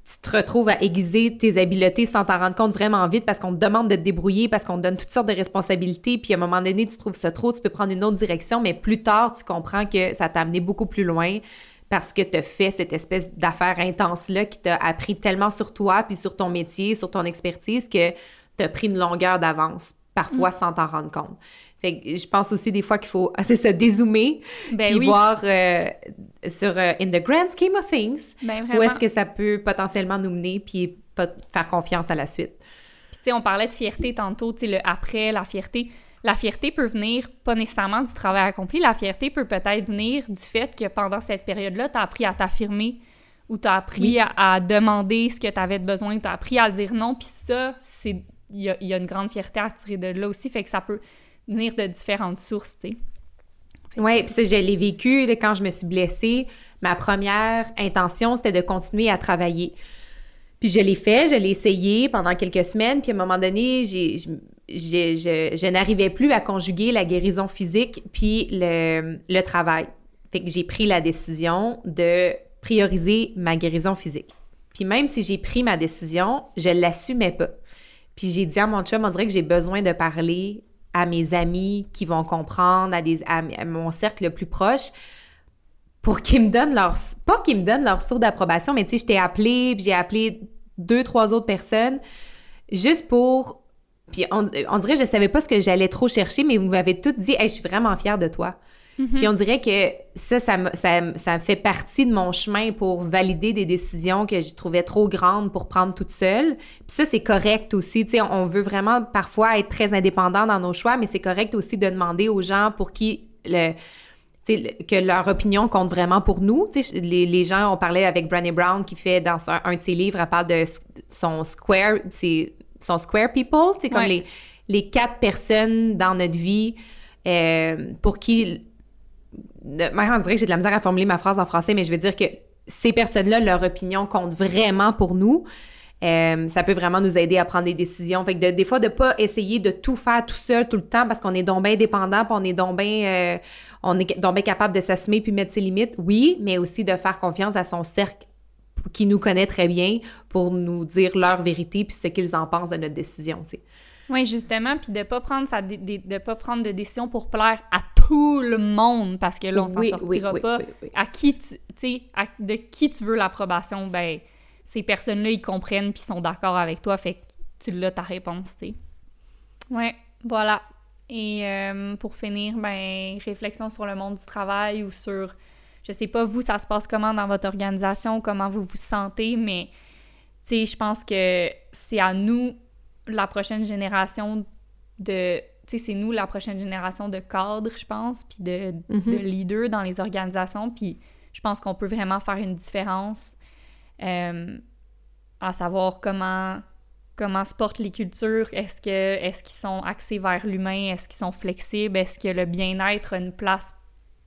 tu te retrouves à aiguiser tes habiletés sans t'en rendre compte vraiment vite parce qu'on te demande de te débrouiller, parce qu'on te donne toutes sortes de responsabilités, puis à un moment donné, tu trouves ça trop, tu peux prendre une autre direction, mais plus tard, tu comprends que ça t'a amené beaucoup plus loin parce que tu as fait cette espèce d'affaire intense-là qui t'a appris tellement sur toi, puis sur ton métier, sur ton expertise, que tu as pris une longueur d'avance, parfois sans t'en rendre compte. Fait que je pense aussi des fois qu'il faut assez se dézoomer puis voir sur in the grand scheme of things où est-ce que ça peut potentiellement nous mener puis faire confiance à la suite. Puis tu sais, on parlait de fierté tantôt, tu sais, le après, la fierté. La fierté peut venir pas nécessairement du travail accompli, la fierté peut peut-être venir du fait que pendant cette période-là, tu as appris à t'affirmer ou tu as appris à demander ce que tu avais besoin, tu as appris à dire non, puis ça, il y a une grande fierté à tirer de là aussi, fait que ça peut venir de différentes sources, tu sais. Oui, puis ça, je l'ai vécu là, quand je me suis blessée. Ma première intention, c'était de continuer à travailler. Puis je l'ai fait, je l'ai essayé pendant quelques semaines, puis à un moment donné, je n'arrivais plus à conjuguer la guérison physique puis le travail. Fait que j'ai pris la décision de prioriser ma guérison physique. Puis même si j'ai pris ma décision, je l'assumais pas. Puis j'ai dit à mon chum, on dirait que j'ai besoin de parler à mes amis qui vont comprendre, à mon cercle le plus proche, pour qu'ils me donnent pas qu'ils me donnent leur sceau d'approbation, mais tu sais, je t'ai appelé, puis j'ai appelé 2-3 autres personnes, juste pour... Puis on dirait que je savais pas ce que j'allais trop chercher, mais vous m'avez toutes dit « Hey, je suis vraiment fière de toi. » Puis on dirait que ça fait partie de mon chemin pour valider des décisions que je trouvais trop grandes pour prendre toute seule. Puis ça, c'est correct aussi. Tu sais, on veut vraiment parfois être très indépendant dans nos choix, mais c'est correct aussi de demander aux gens pour qui que leur opinion compte vraiment pour nous. Tu sais, les gens, on parlait avec Brené Brown qui fait dans un de ses livres, elle parle de son square people, tu sais, comme les 4 personnes dans notre vie pour qui... on dirait que j'ai de la misère à formuler ma phrase en français, mais je veux dire que ces personnes-là, leur opinion compte vraiment pour nous. Ça peut vraiment nous aider à prendre des décisions. Fait que des fois, de pas essayer de tout faire tout seul tout le temps parce qu'on est donc bien dépendant, puis on est donc bien capable de s'assumer puis mettre ses limites. Oui, mais aussi de faire confiance à son cercle qui nous connaît très bien pour nous dire leur vérité puis ce qu'ils en pensent de notre décision, tu sais. Oui, justement, puis de pas prendre de pas prendre de décision pour plaire à tout le monde, parce que là, on s'en sortira pas. Oui. À qui de qui tu veux l'approbation, ben ces personnes-là, ils comprennent puis sont d'accord avec toi, fait que tu l'as ta réponse, tu sais. Ouais, voilà. Et pour finir, ben réflexion sur le monde du travail ou sur, je sais pas, vous, ça se passe comment dans votre organisation, comment vous vous sentez, mais tu sais, je pense que c'est à nous, la prochaine génération de... Tu sais, c'est nous, la prochaine génération de cadres, je pense, puis de leaders dans les organisations, puis je pense qu'on peut vraiment faire une différence à savoir comment se portent les cultures, est-ce qu'ils sont axés vers l'humain, est-ce qu'ils sont flexibles, est-ce que le bien-être a une place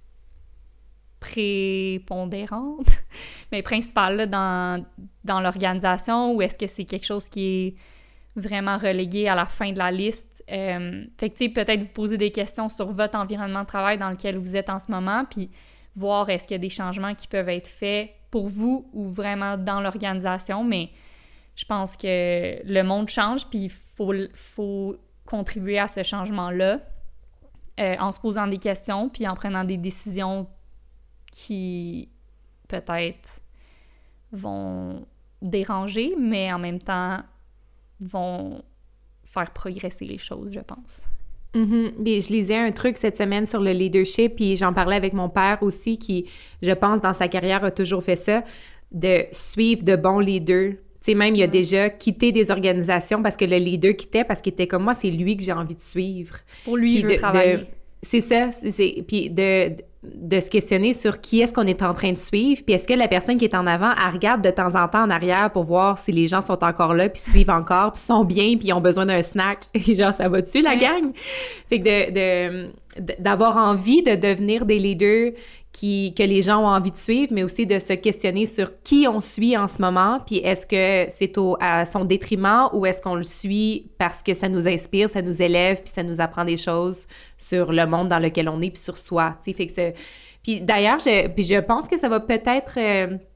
prépondérante, mais principale là, dans l'organisation, ou est-ce que c'est quelque chose qui est vraiment relégué à la fin de la liste. Fait que, tu sais, peut-être vous poser des questions sur votre environnement de travail dans lequel vous êtes en ce moment, puis voir est-ce qu'il y a des changements qui peuvent être faits pour vous ou vraiment dans l'organisation, mais je pense que le monde change, puis il faut contribuer à ce changement-là en se posant des questions, puis en prenant des décisions qui, peut-être, vont déranger, mais en même temps vont faire progresser les choses, je pense. Puis je lisais un truc cette semaine sur le leadership, puis j'en parlais avec mon père aussi, qui, je pense, dans sa carrière, a toujours fait ça, de suivre de bons leaders. Tu sais, même, il a déjà quitté des organisations parce que le leader quittait, parce qu'il était comme moi, c'est lui que j'ai envie de suivre. Pour lui, puis je veux travailler. C'est ça, puis de se questionner sur qui est-ce qu'on est en train de suivre, puis est-ce que la personne qui est en avant, elle regarde de temps en temps en arrière pour voir si les gens sont encore là, puis suivent encore, puis sont bien, puis ils ont besoin d'un snack, et genre, ça va dessus, la gang? Fait que d'avoir envie de devenir des leaders que les gens ont envie de suivre, mais aussi de se questionner sur qui on suit en ce moment, puis est-ce que c'est à son détriment ou est-ce qu'on le suit parce que ça nous inspire, ça nous élève, puis ça nous apprend des choses sur le monde dans lequel on est, puis sur soi, tu sais, fait que puis d'ailleurs, je pense que ça va peut-être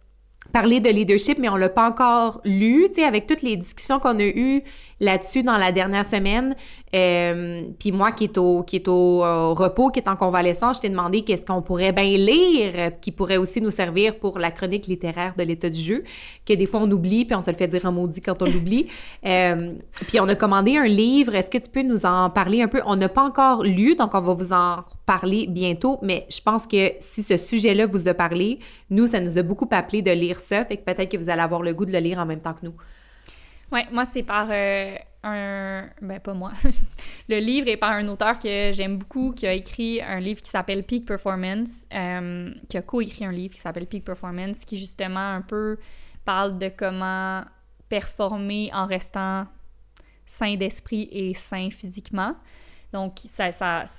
parler de leadership, mais on l'a pas encore lu, tu sais, avec toutes les discussions qu'on a eues là-dessus dans la dernière semaine. Puis moi, qui est au repos, qui est en convalescence, je t'ai demandé qu'est-ce qu'on pourrait bien lire, qui pourrait aussi nous servir pour la chronique littéraire de l'état du jeu, que des fois on oublie, puis on se le fait dire en maudit quand on l'oublie. Puis on a commandé un livre. Est-ce que tu peux nous en parler un peu? On n'a pas encore lu, donc on va vous en parler bientôt, mais je pense que si ce sujet-là vous a parlé, nous, ça nous a beaucoup appelé de lire ça, fait que peut-être que vous allez avoir le goût de le lire en même temps que nous. Ouais, moi, c'est par ben, pas moi. Le livre est par un auteur que j'aime beaucoup, qui a écrit un livre qui s'appelle Peak Performance, qui a co-écrit un livre qui s'appelle Peak Performance, qui justement un peu parle de comment performer en restant sain d'esprit et sain physiquement. Donc, ça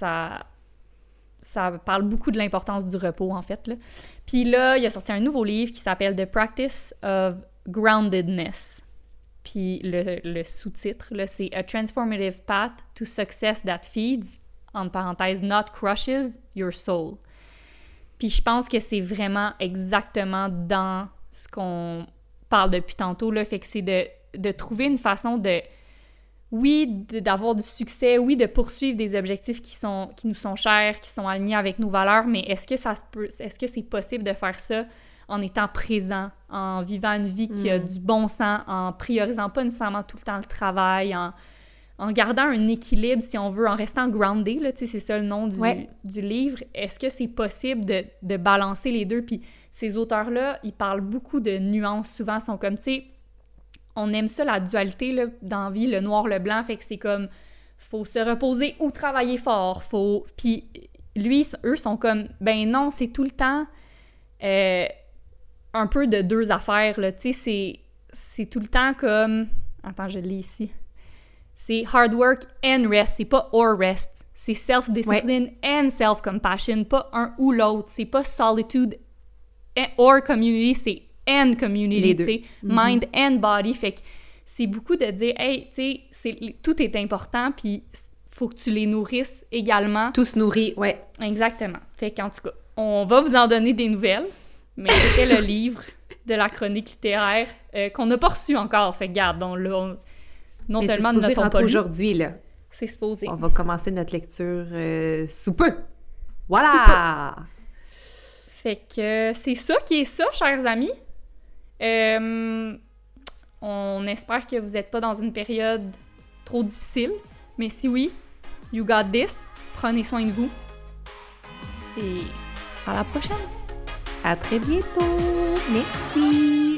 parle beaucoup de l'importance du repos, en fait, là. Puis là, il a sorti un nouveau livre qui s'appelle The Practice of Groundedness. Puis le sous-titre, là, c'est « A transformative path to success that feeds, entre parenthèses, not crushes your soul ». Puis je pense que c'est vraiment exactement dans ce qu'on parle depuis tantôt, là, fait que c'est de trouver une façon de... Oui, d'avoir du succès, oui, de poursuivre des objectifs qui nous sont chers, qui sont alignés avec nos valeurs, mais est-ce que c'est possible de faire ça en étant présent, en vivant une vie qui a du bon sens, en priorisant pas nécessairement tout le temps le travail, en gardant un équilibre, si on veut, en restant groundé, là, tu sais, c'est ça le nom du livre. Est-ce que c'est possible de balancer les deux? Puis ces auteurs-là, ils parlent beaucoup de nuances, souvent, sont comme, tu sais, on aime ça, la dualité, là, dans la vie, le noir, le blanc, fait que c'est comme, faut se reposer ou travailler fort, Puis eux sont comme, ben non, c'est tout le temps un peu de deux affaires, là, tu sais, c'est tout le temps comme... Attends, je lis ici. C'est hard work and rest, c'est pas or rest. C'est self-discipline and self-compassion, pas un ou l'autre. C'est pas solitude or community, c'est and community, tu sais, mind and body. Fait que c'est beaucoup de dire, hey, tu sais, tout est important, puis faut que tu les nourrisses également. Tout se nourrit, ouais. Exactement. Fait qu'en tout cas, on va vous en donner des nouvelles, mais c'était le livre de la chronique littéraire qu'on n'a pas reçu encore. Fait que garde, non mais seulement nous n'avons pas lu. Aujourd'hui, là. C'est supposé. On va commencer notre lecture sous peu. Voilà! Sous peu. Fait que c'est ça qui est ça, chers amis. On espère que vous n'êtes pas dans une période trop difficile, mais si oui, you got this. Prenez soin de vous. Et à la prochaine. À très bientôt. Merci.